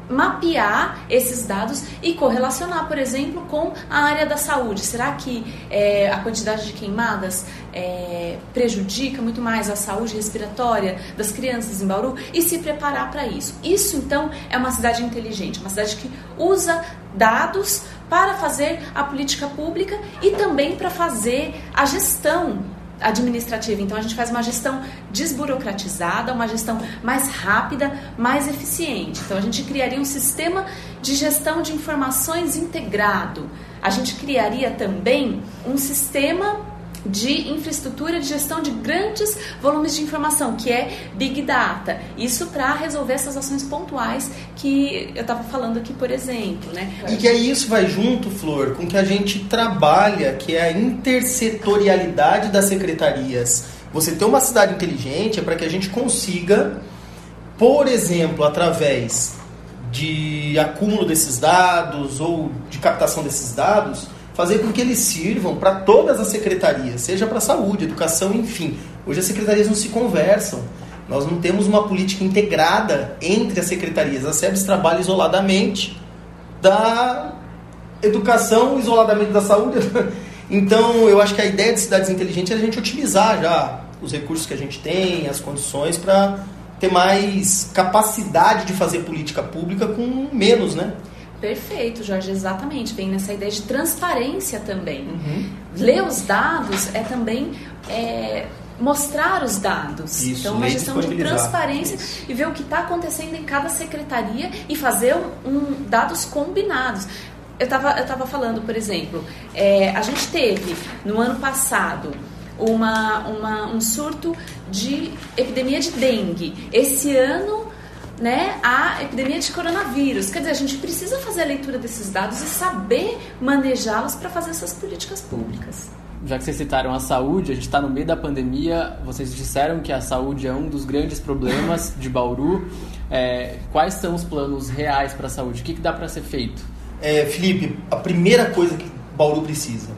S2: mapear esses dados e correlacionar, por exemplo, com a área da saúde. Será que é, a quantidade de queimadas é, prejudica muito mais a saúde respiratória das crianças em Bauru? E se preparar para isso. Isso, então, é uma cidade inteligente, uma cidade que usa dados para fazer a política pública e também para fazer a gestão administrativa. Então a gente faz uma gestão desburocratizada, uma gestão mais rápida, mais eficiente. Então a gente criaria um sistema de gestão de informações integrado. A gente criaria também um sistema de infraestrutura de gestão de grandes volumes de informação, que é Big Data. Isso para resolver essas ações pontuais que eu estava falando aqui, por exemplo, né?
S1: E que aí isso vai junto, Flor, com que a gente trabalha, que é a intersetorialidade das secretarias. Você ter uma cidade inteligente é para que a gente consiga, por exemplo, através de acúmulo desses dados ou de captação desses dados, fazer com que eles sirvam para todas as secretarias, seja para saúde, educação, enfim. Hoje as secretarias não se conversam. Nós não temos uma política integrada entre as secretarias. A SEBS trabalha isoladamente da educação, isoladamente da saúde. Então, eu acho que a ideia de cidades inteligentes é a gente otimizar já os recursos que a gente tem, as condições, para ter mais capacidade de fazer política pública com menos, né?
S2: Perfeito, Jorge, exatamente. Vem nessa ideia de transparência também.
S1: Uhum.
S2: Ler os dados é também é, mostrar os dados.
S1: Isso,
S2: então, uma gestão de transparência
S1: Isso.
S2: e ver o que está acontecendo em cada secretaria e fazer um, um, dados combinados. Eu estava eu tava falando, por exemplo, é, a gente teve no ano passado uma, uma, um surto de epidemia de dengue. Esse ano, né, a epidemia de coronavírus. Quer dizer, a gente precisa fazer a leitura desses dados e saber manejá-los para fazer essas políticas públicas.
S4: Já que vocês citaram a saúde, a gente está no meio da pandemia, vocês disseram que a saúde é um dos grandes problemas de Bauru. É, quais são os planos reais para a saúde? O que, que dá para ser feito?
S1: É, Felipe, a primeira coisa que Bauru precisa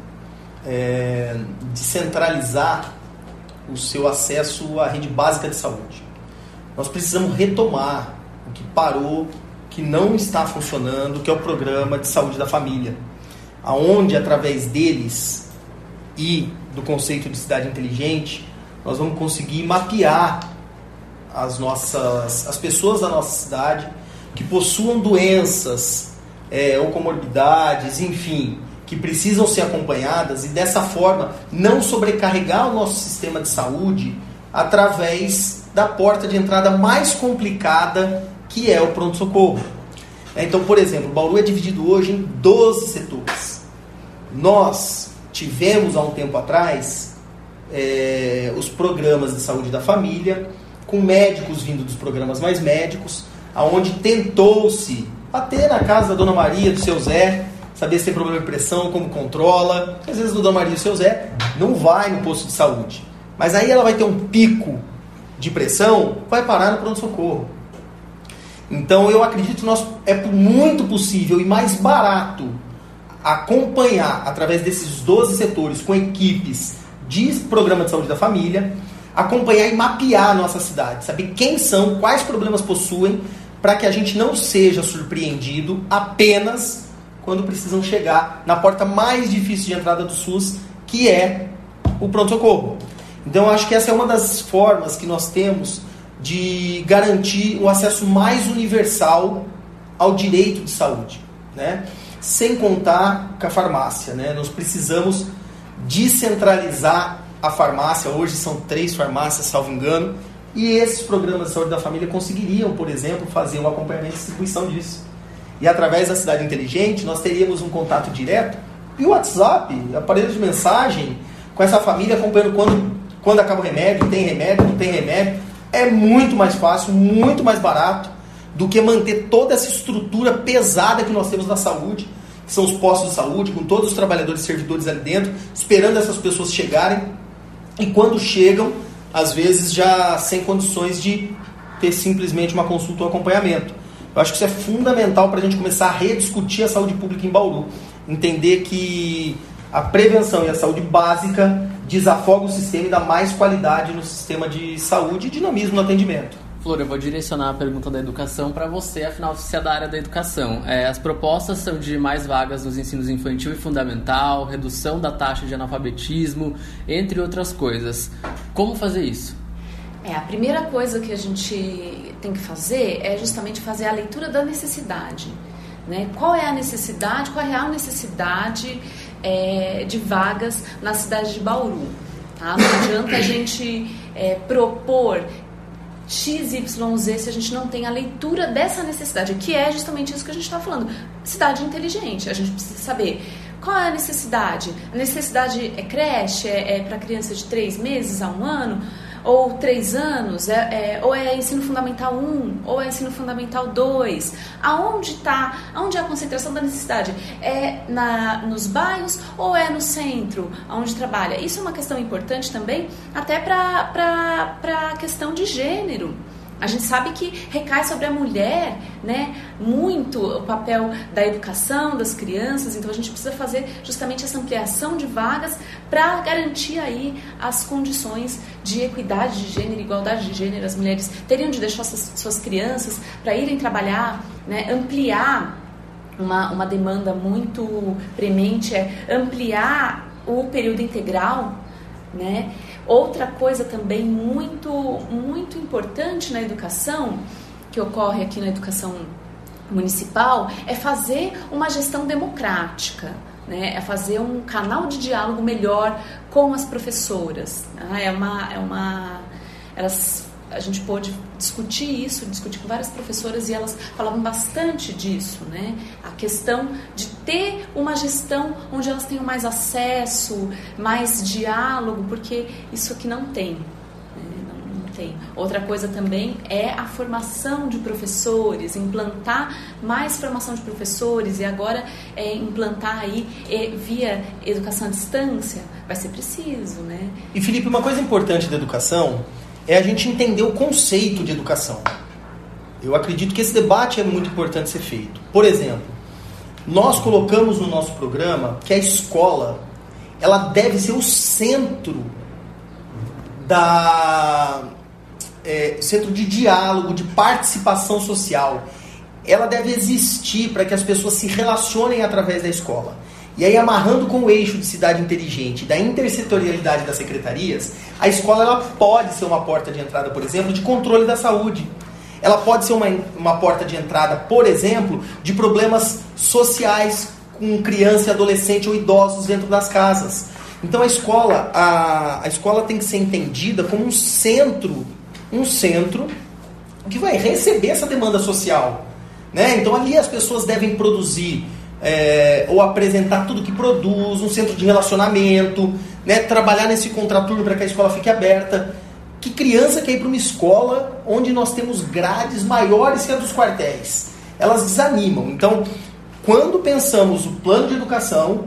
S1: é descentralizar o seu acesso à rede básica de saúde. Nós precisamos retomar o que parou, que não está funcionando, que é o programa de saúde da família, aonde através deles e do conceito de cidade inteligente, nós vamos conseguir mapear as nossas, as pessoas da nossa cidade que possuam doenças é, ou comorbidades, enfim, que precisam ser acompanhadas e dessa forma não sobrecarregar o nosso sistema de saúde através da porta de entrada mais complicada, que é o pronto-socorro. Então, por exemplo, Bauru é dividido hoje em doze setores. Nós tivemos há um tempo atrás é, os programas de saúde da família, com médicos vindo dos programas mais médicos, aonde tentou-se bater na casa da Dona Maria, do seu Zé, saber se tem problema de pressão, como controla. Às vezes a Dona Maria e o seu Zé não vai no posto de saúde, mas aí ela vai ter um pico de pressão, vai parar no pronto-socorro. Então eu acredito que nós, é muito possível e mais barato acompanhar através desses doze setores com equipes de programa de saúde da família, acompanhar e mapear a nossa cidade, saber quem são, quais problemas possuem, para que a gente não seja surpreendido apenas quando precisam chegar na porta mais difícil de entrada do SUS, que é o pronto-socorro. Então, eu acho que essa é uma das formas que nós temos de garantir o acesso mais universal ao direito de saúde, né? Sem contar com a farmácia, né? Nós precisamos descentralizar a farmácia. Hoje são três farmácias, salvo engano, e esses programas de saúde da família conseguiriam, por exemplo, fazer um acompanhamento e distribuição disso. E através da cidade inteligente, nós teríamos um contato direto e o WhatsApp, aparelho de mensagem, com essa família acompanhando quando, quando acaba o remédio, tem remédio, não tem remédio. É muito mais fácil, muito mais barato do que manter toda essa estrutura pesada que nós temos na saúde, que são os postos de saúde, com todos os trabalhadores e servidores ali dentro, esperando essas pessoas chegarem, e quando chegam, às vezes já sem condições de ter simplesmente uma consulta ou acompanhamento. Eu acho que isso é fundamental para a gente começar a rediscutir a saúde pública em Bauru. Entender que a prevenção e a saúde básica desafoga o sistema e dá mais qualidade no sistema de saúde e dinamismo no atendimento.
S4: Flor, eu vou direcionar a pergunta da educação para você, afinal você é da área da educação. É, as propostas são de mais vagas nos ensinos infantil e fundamental, redução da taxa de analfabetismo, entre outras coisas. Como fazer isso?
S2: É, a primeira coisa que a gente tem que fazer é justamente fazer a leitura da necessidade. Né? Qual é a necessidade, qual é a real necessidade é, de vagas na cidade de Bauru? Tá? Não adianta a gente é, propor X Y Z se a gente não tem a leitura dessa necessidade, que é justamente isso que a gente está falando. Cidade inteligente, a gente precisa saber qual é a necessidade. A necessidade é creche, é, é para criança de três meses a um ano, ou três anos, é, é, ou é ensino fundamental um, ou é ensino fundamental dois. Aonde está, aonde é a concentração da necessidade? É na, nos bairros ou é no centro, onde trabalha? Isso é uma questão importante também, até para a questão de gênero. A gente sabe que recai sobre a mulher, né, muito o papel da educação das crianças, então a gente precisa fazer justamente essa ampliação de vagas para garantir aí as condições de equidade de gênero, igualdade de gênero. As mulheres teriam de deixar suas, suas crianças para irem trabalhar, né, ampliar uma, uma demanda muito premente, é ampliar o período integral, né? Outra coisa também muito, muito importante na educação, que ocorre aqui na educação municipal, é fazer uma gestão democrática, né? É fazer um canal de diálogo melhor com as professoras. Né? É uma, é uma, elas, a gente pôde discutir isso, discutir com várias professoras e elas falavam bastante disso, né? A questão de ter uma gestão onde elas tenham mais acesso, mais diálogo, porque isso aqui não tem, né? não, não tem. Outra coisa também é a formação de professores, implantar mais formação de professores e agora é, implantar aí é, via educação à distância, vai ser preciso, né?
S1: E Felipe, uma coisa importante da educação é a gente entender o conceito de educação. Eu acredito que esse debate é muito importante ser feito. Por exemplo, nós colocamos no nosso programa que a escola ela deve ser o centro da é, centro de diálogo, de participação social. Ela deve existir para que as pessoas se relacionem através da escola. E aí, amarrando com o eixo de cidade inteligente, da intersetorialidade das secretarias, a escola ela pode ser uma porta de entrada, por exemplo, de controle da saúde. Ela pode ser uma, uma porta de entrada, por exemplo, de problemas sociais com criança, adolescente ou idosos dentro das casas. Então a escola, a, a escola tem que ser entendida como um centro, um centro que vai receber essa demanda social. Né? Então ali as pessoas devem produzir É, ou apresentar tudo que produz, um centro de relacionamento, né, trabalhar nesse contraturno para que a escola fique aberta. Que criança quer ir para uma escola onde nós temos grades maiores que a dos quartéis? Elas desanimam. Então, quando pensamos o plano de educação,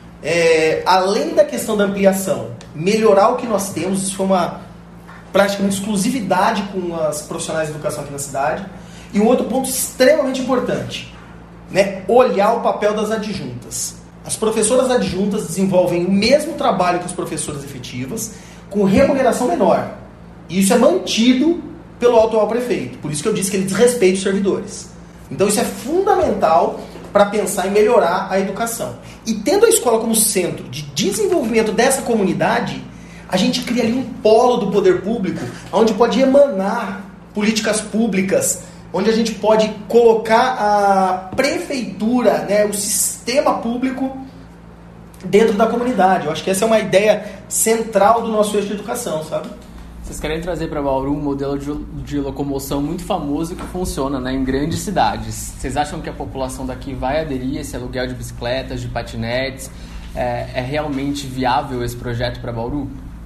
S1: é, além da questão da ampliação, melhorar o que nós temos, isso foi uma praticamente exclusividade com as profissionais de educação aqui na cidade. E um outro ponto extremamente importante, né, olhar o papel das adjuntas. As professoras adjuntas desenvolvem o mesmo trabalho que as professoras efetivas, com remuneração menor. E isso é mantido pelo atual prefeito. Por isso que eu disse que ele desrespeita os servidores. Então isso é fundamental para pensar em melhorar a educação. E tendo a escola como centro de desenvolvimento dessa comunidade, a gente cria ali um polo do poder público, onde pode emanar políticas públicas, onde a gente pode colocar a prefeitura, né, o sistema público dentro da comunidade. Eu acho que essa é uma ideia central do nosso eixo de educação, sabe?
S4: Vocês querem trazer para Bauru um modelo de, de locomoção muito famoso que funciona, né, em grandes cidades. Vocês acham que a população daqui vai aderir a esse aluguel de bicicletas, de patinetes? É, é realmente viável esse projeto para Bauru?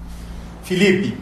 S1: Felipe,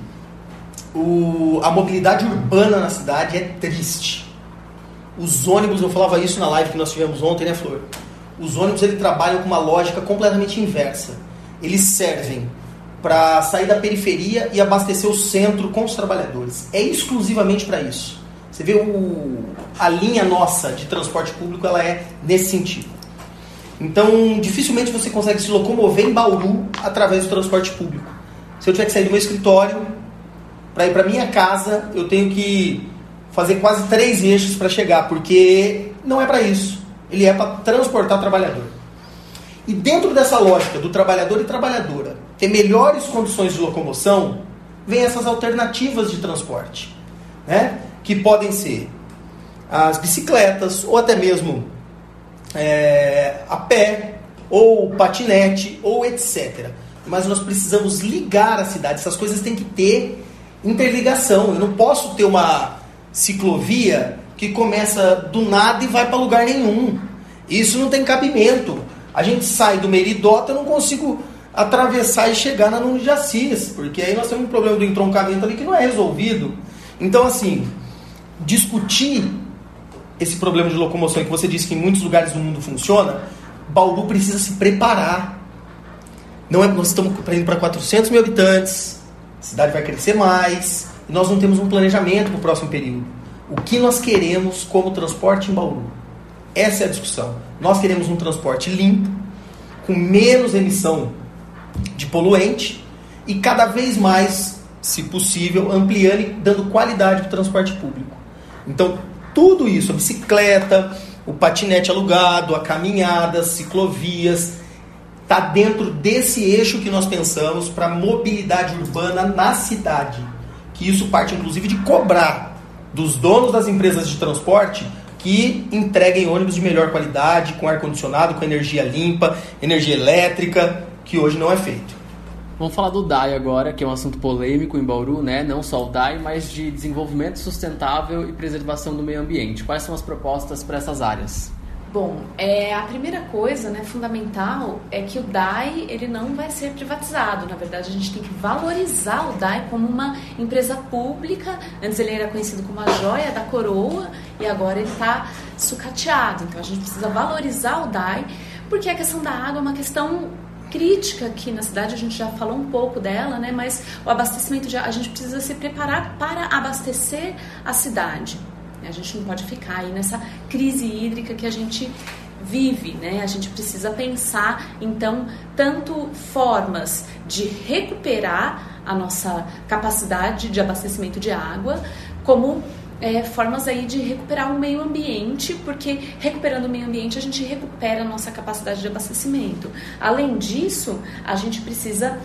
S1: o, a mobilidade urbana na cidade é triste. Os ônibus, eu falava isso na live que nós tivemos ontem, né, Flor? Os ônibus, eles trabalham com uma lógica completamente inversa. Eles servem para sair da periferia e abastecer o centro com os trabalhadores. É exclusivamente para isso. Você vê o, a linha nossa de transporte público, ela é nesse sentido. Então, dificilmente você consegue se locomover em Bauru através do transporte público. Se eu tiver que sair do meu escritório para ir para minha casa, eu tenho que fazer quase três eixos para chegar, porque não é para isso. Ele é para transportar o trabalhador. E dentro dessa lógica do trabalhador e trabalhadora ter melhores condições de locomoção, vem essas alternativas de transporte, né? Que podem ser as bicicletas, ou até mesmo é, a pé, ou patinete, ou etcétera. Mas nós precisamos ligar a cidade. Essas coisas têm que ter interligação. Eu não posso ter uma ciclovia que começa do nada e vai para lugar nenhum. Isso não tem cabimento. A gente sai do Meridota, eu não consigo atravessar e chegar na Nuno de Assis, porque aí nós temos um problema do entroncamento ali que não é resolvido. Então, assim, discutir esse problema de locomoção que você disse que em muitos lugares do mundo funciona, Bauru precisa se preparar. Não é, nós estamos indo para quatrocentos mil habitantes, a cidade vai crescer mais, e nós não temos um planejamento para o próximo período. O que nós queremos como transporte em Bauru? Essa é a discussão. Nós queremos um transporte limpo, com menos emissão de poluente e cada vez mais, se possível, ampliando e dando qualidade para o transporte público. Então, tudo isso, a bicicleta, o patinete alugado, a caminhada, as ciclovias, está dentro desse eixo que nós pensamos para mobilidade urbana na cidade. Que isso parte, inclusive, de cobrar dos donos das empresas de transporte que entreguem ônibus de melhor qualidade, com ar-condicionado, com energia limpa, energia elétrica, que hoje não é feito.
S4: Vamos falar do D A I agora, que é um assunto polêmico em Bauru, né? Não só o D A I, mas de desenvolvimento sustentável e preservação do meio ambiente. Quais são as propostas para essas áreas?
S2: Bom, é, a primeira coisa, né, fundamental é que o D A I ele não vai ser privatizado. Na verdade, a gente tem que valorizar o D A I como uma empresa pública. Antes ele era conhecido como a joia da coroa e agora ele está sucateado. Então a gente precisa valorizar o D A I, porque a questão da água é uma questão crítica aqui na cidade. A gente já falou um pouco dela, né? Mas o abastecimento, de, a gente precisa se preparar para abastecer a cidade. A gente não pode ficar aí nessa crise hídrica que a gente vive, né? A gente precisa pensar, então, tanto formas de recuperar a nossa capacidade de abastecimento de água, como é, formas aí de recuperar o meio ambiente, porque recuperando o meio ambiente a gente recupera a nossa capacidade de abastecimento. Além disso, a gente precisa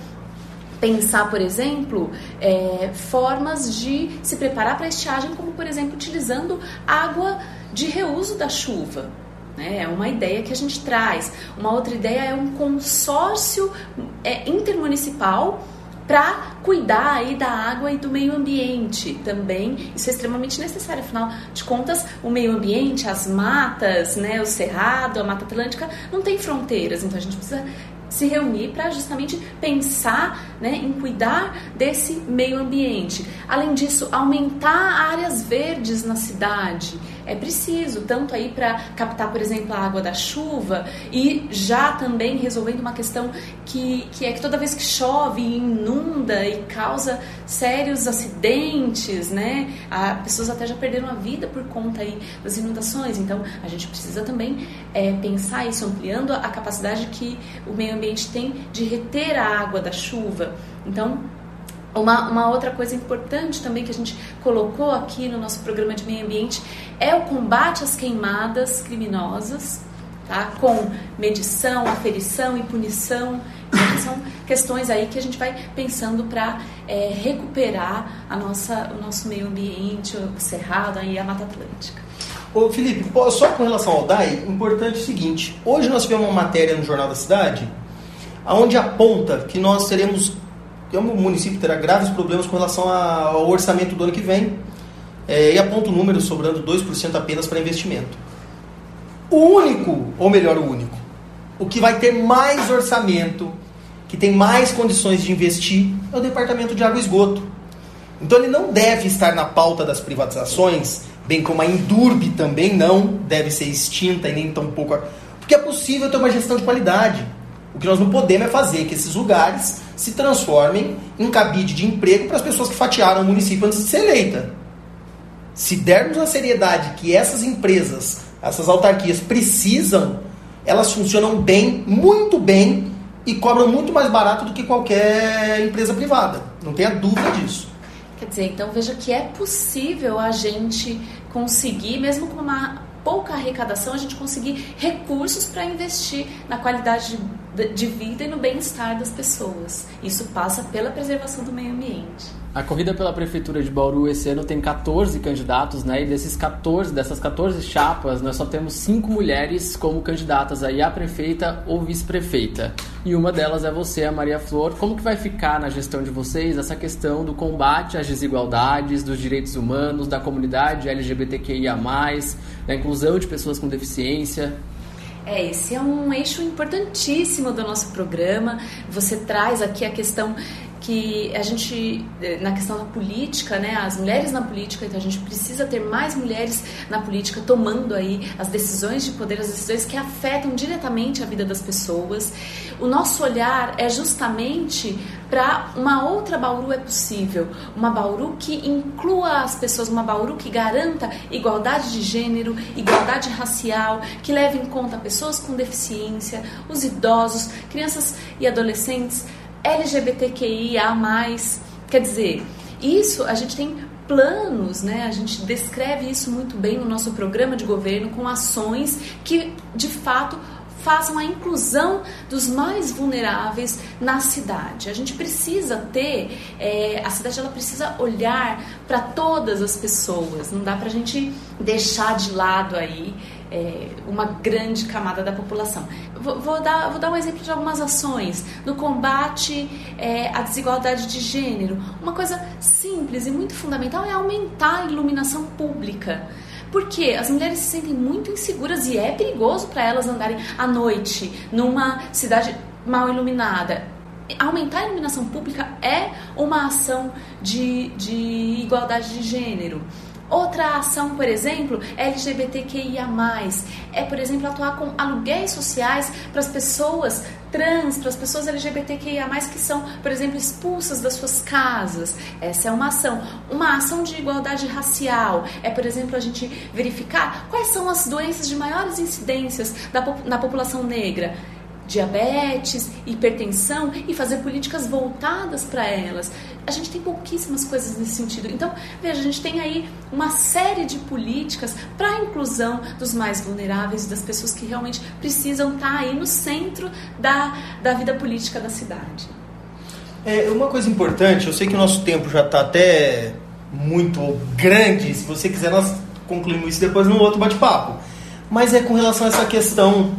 S2: pensar, por exemplo, é, formas de se preparar para a estiagem, como, por exemplo, utilizando água de reuso da chuva. Né? É uma ideia que a gente traz. Uma outra ideia é um consórcio é, intermunicipal para cuidar aí da água e do meio ambiente também. Isso é extremamente necessário, afinal de contas, o meio ambiente, as matas, né, o cerrado, a Mata Atlântica, não tem fronteiras, então a gente precisa se reunir para justamente pensar, né, em cuidar desse meio ambiente. Além disso, aumentar áreas verdes na cidade. É preciso, tanto aí para captar, por exemplo, a água da chuva e já também resolvendo uma questão que, que é que toda vez que chove, inunda e causa sérios acidentes, né? As pessoas até já perderam a vida por conta aí das inundações. Então, a gente precisa também é, pensar isso, ampliando a capacidade que o meio ambiente tem de reter a água da chuva. Então, Uma, uma outra coisa importante também que a gente colocou aqui no nosso programa de meio ambiente é o combate às queimadas criminosas, tá? Com medição, aferição e punição. Então, são questões aí que a gente vai pensando para é, recuperar a nossa, o nosso meio ambiente, o cerrado e a Mata Atlântica.
S1: Ô Felipe, só com relação ao D A I, importante é o seguinte: hoje nós tivemos uma matéria no Jornal da Cidade onde aponta que nós teremos que o município terá graves problemas com relação ao orçamento do ano que vem, é, e aponta o número sobrando dois por cento apenas para investimento. O único, ou melhor, o único, o que vai ter mais orçamento, que tem mais condições de investir, é o Departamento de Água e Esgoto. Então ele não deve estar na pauta das privatizações, bem como a Indurb também não deve ser extinta e nem tão pouco, porque é possível ter uma gestão de qualidade. O que nós não podemos é fazer que esses lugares se transformem em cabide de emprego para as pessoas que fatiaram o município antes de ser eleita. Se dermos a seriedade que essas empresas, essas autarquias precisam, elas funcionam bem, muito bem, e cobram muito mais barato do que qualquer empresa privada. Não tenha dúvida disso.
S2: Quer dizer, então veja que é possível a gente conseguir, mesmo com uma pouca arrecadação, a gente conseguir recursos para investir na qualidade de, de vida e no bem-estar das pessoas. Isso passa pela preservação do meio ambiente.
S4: A corrida pela Prefeitura de Bauru esse ano tem catorze candidatos, né? E desses catorze, dessas catorze chapas, nós só temos cinco mulheres como candidatas aí a prefeita ou vice-prefeita. E uma delas é você, a Maria Flor. Como que vai ficar na gestão de vocês essa questão do combate às desigualdades, dos direitos humanos, da comunidade L G B T Q I A mais, da inclusão de pessoas com deficiência?
S2: É, esse é um eixo importantíssimo do nosso programa. Você traz aqui a questão que a gente, na questão da política, né, as mulheres na política, então a gente precisa ter mais mulheres na política tomando aí as decisões de poder, as decisões que afetam diretamente a vida das pessoas. O nosso olhar é justamente para uma outra Bauru é possível, uma Bauru que inclua as pessoas, uma Bauru que garanta igualdade de gênero, igualdade racial, que leve em conta pessoas com deficiência, os idosos, crianças e adolescentes, L G B T Q I A mais, quer dizer, isso a gente tem planos, né? A gente descreve isso muito bem no nosso programa de governo com ações que, de fato, façam a inclusão dos mais vulneráveis na cidade. A gente precisa ter, é, a cidade ela precisa olhar para todas as pessoas, não dá para a gente deixar de lado aí é, uma grande camada da população. Vou, vou, dar, vou dar um exemplo de algumas ações no combate é, à desigualdade de gênero. Uma coisa simples e muito fundamental é aumentar a iluminação pública. Porque as mulheres se sentem muito inseguras e é perigoso para elas andarem à noite numa cidade mal iluminada. Aumentar a iluminação pública é uma ação de, de igualdade de gênero. Outra ação, por exemplo, L G B T Q I A mais, é, por exemplo, atuar com aluguéis sociais para as pessoas trans, para as pessoas L G B T Q I A mais, que são, por exemplo, expulsas das suas casas. Essa é uma ação. Uma ação de igualdade racial é, por exemplo, a gente verificar quais são as doenças de maiores incidências da, na população negra. Diabetes, hipertensão, e fazer políticas voltadas para elas. A gente tem pouquíssimas coisas nesse sentido. Então, veja, a gente tem aí uma série de políticas para a inclusão dos mais vulneráveis, das pessoas que realmente precisam estar aí no centro da, da vida política da cidade.
S1: É, uma coisa importante, eu sei que o nosso tempo já está até muito grande, se você quiser nós concluímos isso depois num outro bate-papo, mas é com relação a essa questão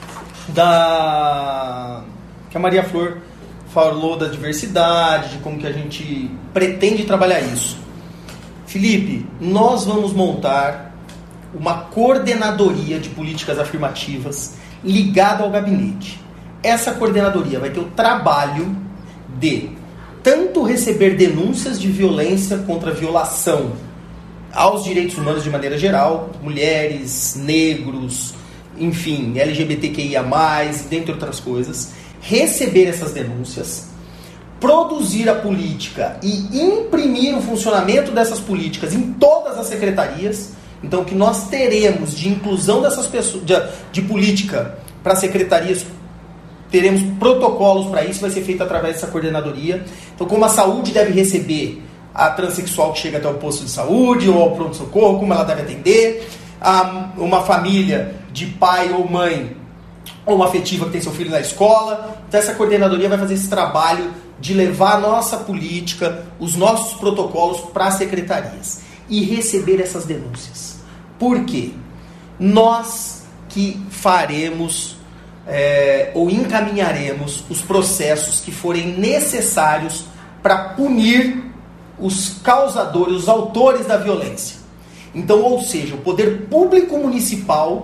S1: da que a Maria Flor falou da diversidade, de como que a gente pretende trabalhar isso. Felipe, nós vamos montar uma coordenadoria de políticas afirmativas ligada ao gabinete. Essa coordenadoria vai ter o trabalho de tanto receber denúncias de violência contra violação aos direitos humanos de maneira geral, mulheres, negros, enfim, L G B T Q I A mais, dentre outras coisas, receber essas denúncias, produzir a política e imprimir o funcionamento dessas políticas em todas as secretarias. Então, o que nós teremos de inclusão dessas pessoas, de, de política para secretarias, teremos protocolos para isso, vai ser feito através dessa coordenadoria. Então, como a saúde deve receber a transexual que chega até o posto de saúde ou ao pronto-socorro, como ela deve atender, a, uma família de pai ou mãe ou uma afetiva que tem seu filho na escola. Então essa coordenadoria vai fazer esse trabalho de levar a nossa política, os nossos protocolos para as secretarias e receber essas denúncias. Por quê? Nós que faremos é, ou encaminharemos os processos que forem necessários para punir os causadores, os autores da violência. Então, ou seja, o poder público municipal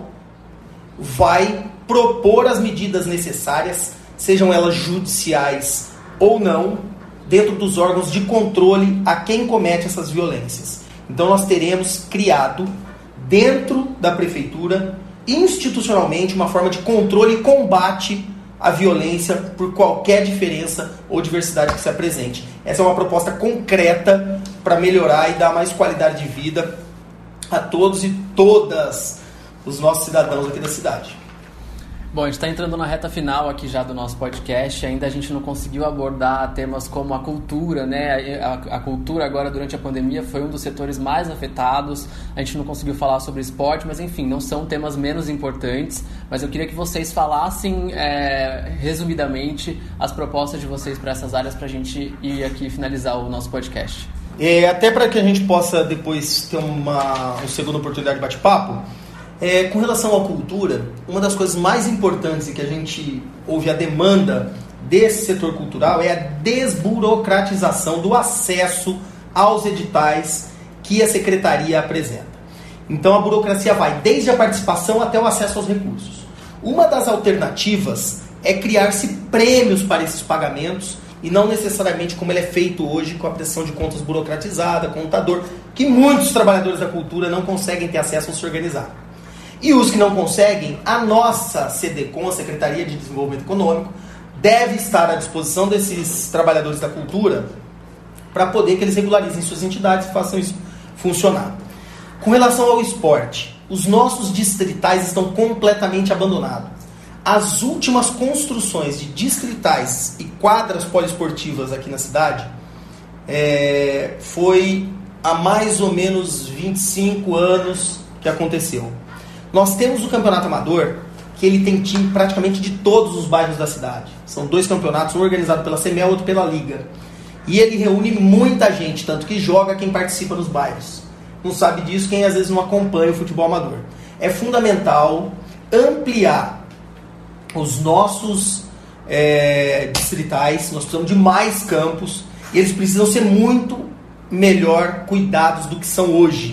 S1: vai propor as medidas necessárias, sejam elas judiciais ou não, dentro dos órgãos de controle a quem comete essas violências. Então nós teremos criado, dentro da prefeitura, institucionalmente, uma forma de controle e combate à violência por qualquer diferença ou diversidade que se apresente. Essa é uma proposta concreta para melhorar e dar mais qualidade de vida a todos e todas os nossos cidadãos aqui da cidade.
S4: Bom, a gente está entrando na reta final aqui já do nosso podcast. Ainda a gente não conseguiu abordar temas como a cultura, né? A, a cultura agora durante a pandemia foi um dos setores mais afetados. A gente não conseguiu falar sobre esporte, mas enfim, não são temas menos importantes. Mas eu queria que vocês falassem é, resumidamente as propostas de vocês para essas áreas, para a gente ir aqui finalizar o nosso podcast.
S1: É, até para que a gente possa depois ter uma, uma segunda oportunidade de bate-papo. É, com relação à cultura, uma das coisas mais importantes e que a gente ouve a demanda desse setor cultural é a desburocratização do acesso aos editais que a secretaria apresenta. Então a burocracia vai desde a participação até o acesso aos recursos. Uma das alternativas é criar-se prêmios para esses pagamentos e não necessariamente como ele é feito hoje com a prestação de contas burocratizada, contador, que muitos trabalhadores da cultura não conseguem ter acesso ou se organizar. E os que não conseguem, a nossa SEDECOM, a Secretaria de Desenvolvimento Econômico, deve estar à disposição desses trabalhadores da cultura para poder que eles regularizem suas entidades e façam isso funcionar. Com relação ao esporte, os nossos distritais estão completamente abandonados. As últimas construções de distritais e quadras poliesportivas aqui na cidade é, foi há mais ou menos vinte e cinco anos que aconteceu. Nós temos o campeonato amador, que ele tem time praticamente de todos os bairros da cidade. São dois campeonatos, um organizado pela CEMEL e outro pela Liga. E ele reúne muita gente, tanto que joga quem participa nos bairros. Não sabe disso quem às vezes não acompanha o futebol amador. É fundamental ampliar os nossos é, distritais, nós precisamos de mais campos, e eles precisam ser muito melhor cuidados do que são hoje.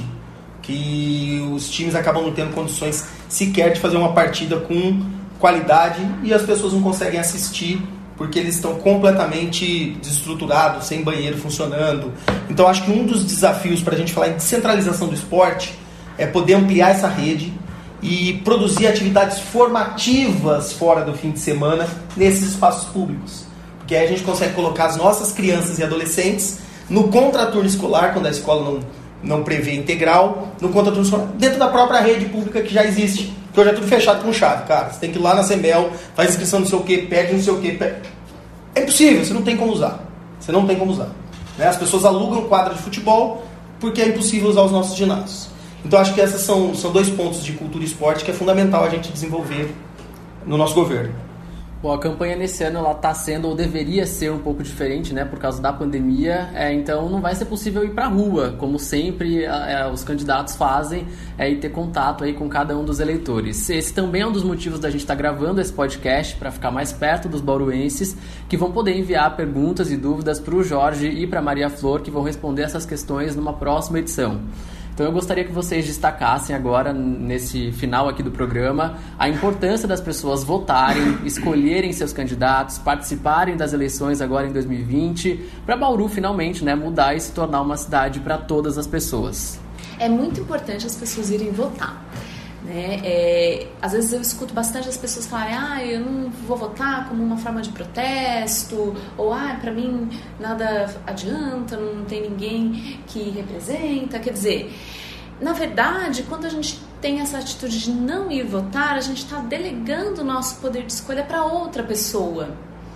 S1: Que os times acabam não tendo condições sequer de fazer uma partida com qualidade e as pessoas não conseguem assistir porque eles estão completamente desestruturados, sem banheiro funcionando. Então acho que um dos desafios para a gente falar em descentralização do esporte é poder ampliar essa rede e produzir atividades formativas fora do fim de semana nesses espaços públicos. Porque aí a gente consegue colocar as nossas crianças e adolescentes no contraturno escolar, quando a escola não... não prevê integral, no contraturno dentro da própria rede pública que já existe, que hoje é tudo fechado com chave, cara. Você tem que ir lá na CEMEL, faz inscrição não sei o que, pede não sei o que. Pede... É impossível, você não tem como usar. Você não tem como usar. Né? As pessoas alugam quadra de futebol porque é impossível usar os nossos ginásios. Então acho que esses são, são dois pontos de cultura e esporte que é fundamental a gente desenvolver no nosso governo.
S4: Bom, a campanha nesse ano ela está sendo, ou deveria ser um pouco diferente, né, por causa da pandemia, é, então não vai ser possível ir para a rua, como sempre é, os candidatos fazem, é, e ter contato aí com cada um dos eleitores. Esse também é um dos motivos da gente estar tá gravando esse podcast, para ficar mais perto dos bauruenses, que vão poder enviar perguntas e dúvidas para o Jorge e para a Maria Flor, que vão responder essas questões numa próxima edição. Então eu gostaria que vocês destacassem agora, nesse final aqui do programa, a importância das pessoas votarem, escolherem seus candidatos, participarem das eleições agora em dois mil e vinte, para Bauru finalmente, né, mudar e se tornar uma cidade para todas as pessoas.
S2: É muito importante as pessoas irem votar. Né? É, às vezes eu escuto bastante as pessoas falarem, ah, eu não vou votar como uma forma de protesto, ou ah, pra mim nada adianta, não tem ninguém que representa. Quer dizer, na verdade, quando a gente tem essa atitude de não ir votar, a gente está delegando o nosso poder de escolha para outra pessoa.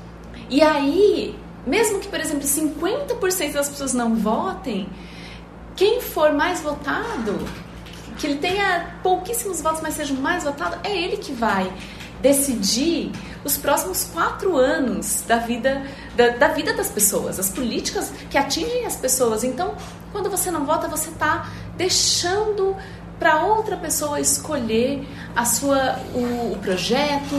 S2: E aí, mesmo que, por exemplo, cinquenta por cento das pessoas não votem, quem for mais votado, que ele tenha pouquíssimos votos, mas seja o mais votado, é ele que vai decidir os próximos quatro anos da vida, da, da vida das pessoas, as políticas que atingem as pessoas. Então, quando você não vota, você está deixando para outra pessoa escolher a sua, o, o projeto,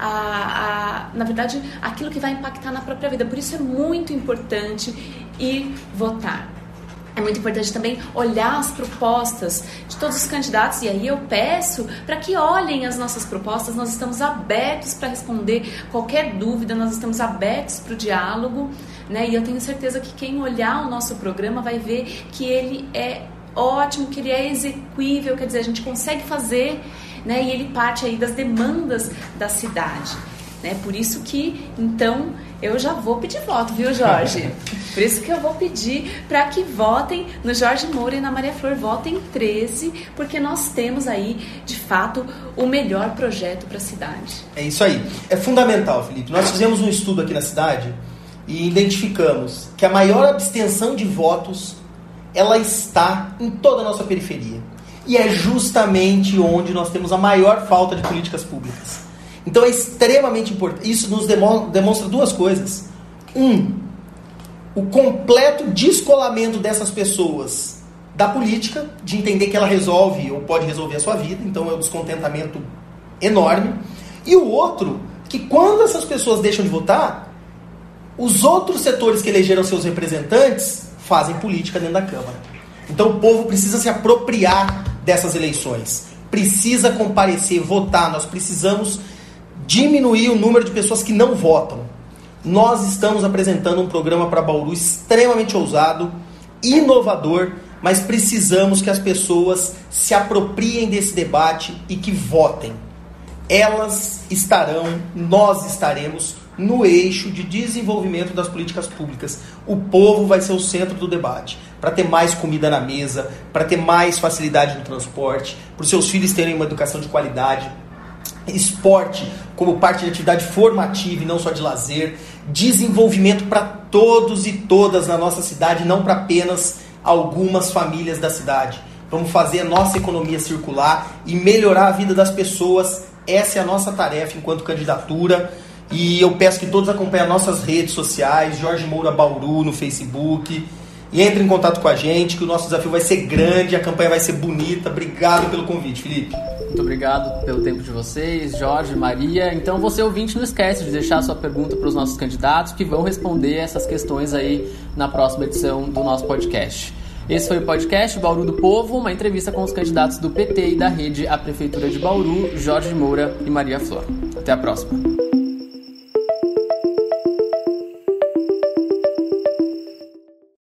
S2: a, a, na verdade, aquilo que vai impactar na própria vida. Por isso é muito importante ir votar. É muito importante também olhar as propostas de todos os candidatos, e aí eu peço para que olhem as nossas propostas. Nós estamos abertos para responder qualquer dúvida, nós estamos abertos para o diálogo, né? E eu tenho certeza que quem olhar o nosso programa vai ver que ele é ótimo, que ele é execuível, quer dizer, a gente consegue fazer, né? E ele parte aí das demandas da cidade. né? Por isso que, então, eu já vou pedir voto, viu, Jorge? Por isso que eu vou pedir para que votem no Jorge Moura e na Maria Flor, votem treze, porque nós temos aí, de fato, o melhor projeto para a cidade.
S1: É isso aí. É fundamental, Felipe. Nós fizemos um estudo aqui na cidade e identificamos que a maior abstenção de votos, ela está em toda a nossa periferia. E é justamente onde nós temos a maior falta de políticas públicas. Então é extremamente importante. Isso nos demonstra duas coisas. Um, o completo descolamento dessas pessoas da política, de entender que ela resolve ou pode resolver a sua vida. Então é um descontentamento enorme. E o outro, que quando essas pessoas deixam de votar, os outros setores que elegeram seus representantes fazem política dentro da Câmara. Então o povo precisa se apropriar dessas eleições. Precisa comparecer, votar. Nós precisamos diminuir o número de pessoas que não votam. Nós estamos apresentando um programa para Bauru extremamente ousado, inovador, mas precisamos que as pessoas se apropriem desse debate e que votem. Elas estarão, nós estaremos no eixo de desenvolvimento das políticas públicas. O povo vai ser o centro do debate, para ter mais comida na mesa, para ter mais facilidade no transporte, para os seus filhos terem uma educação de qualidade, esporte como parte de atividade formativa e não só de lazer, desenvolvimento para todos e todas na nossa cidade, não para apenas algumas famílias da cidade. Vamos fazer a nossa economia circular e melhorar a vida das pessoas. Essa é a nossa tarefa enquanto candidatura. E eu peço que todos acompanhem as nossas redes sociais, Jorge Moura Bauru no Facebook, e entrem em contato com a gente, que o nosso desafio vai ser grande, a campanha vai ser bonita. Obrigado pelo convite, Felipe.
S4: Muito obrigado pelo tempo de vocês, Jorge, Maria. Então, você ouvinte, não esquece de deixar a sua pergunta para os nossos candidatos, que vão responder essas questões aí na próxima edição do nosso podcast. Esse foi o podcast Bauru do Povo, uma entrevista com os candidatos do P T e da Rede à Prefeitura de Bauru, Jorge Moura e Maria Flor. Até a próxima.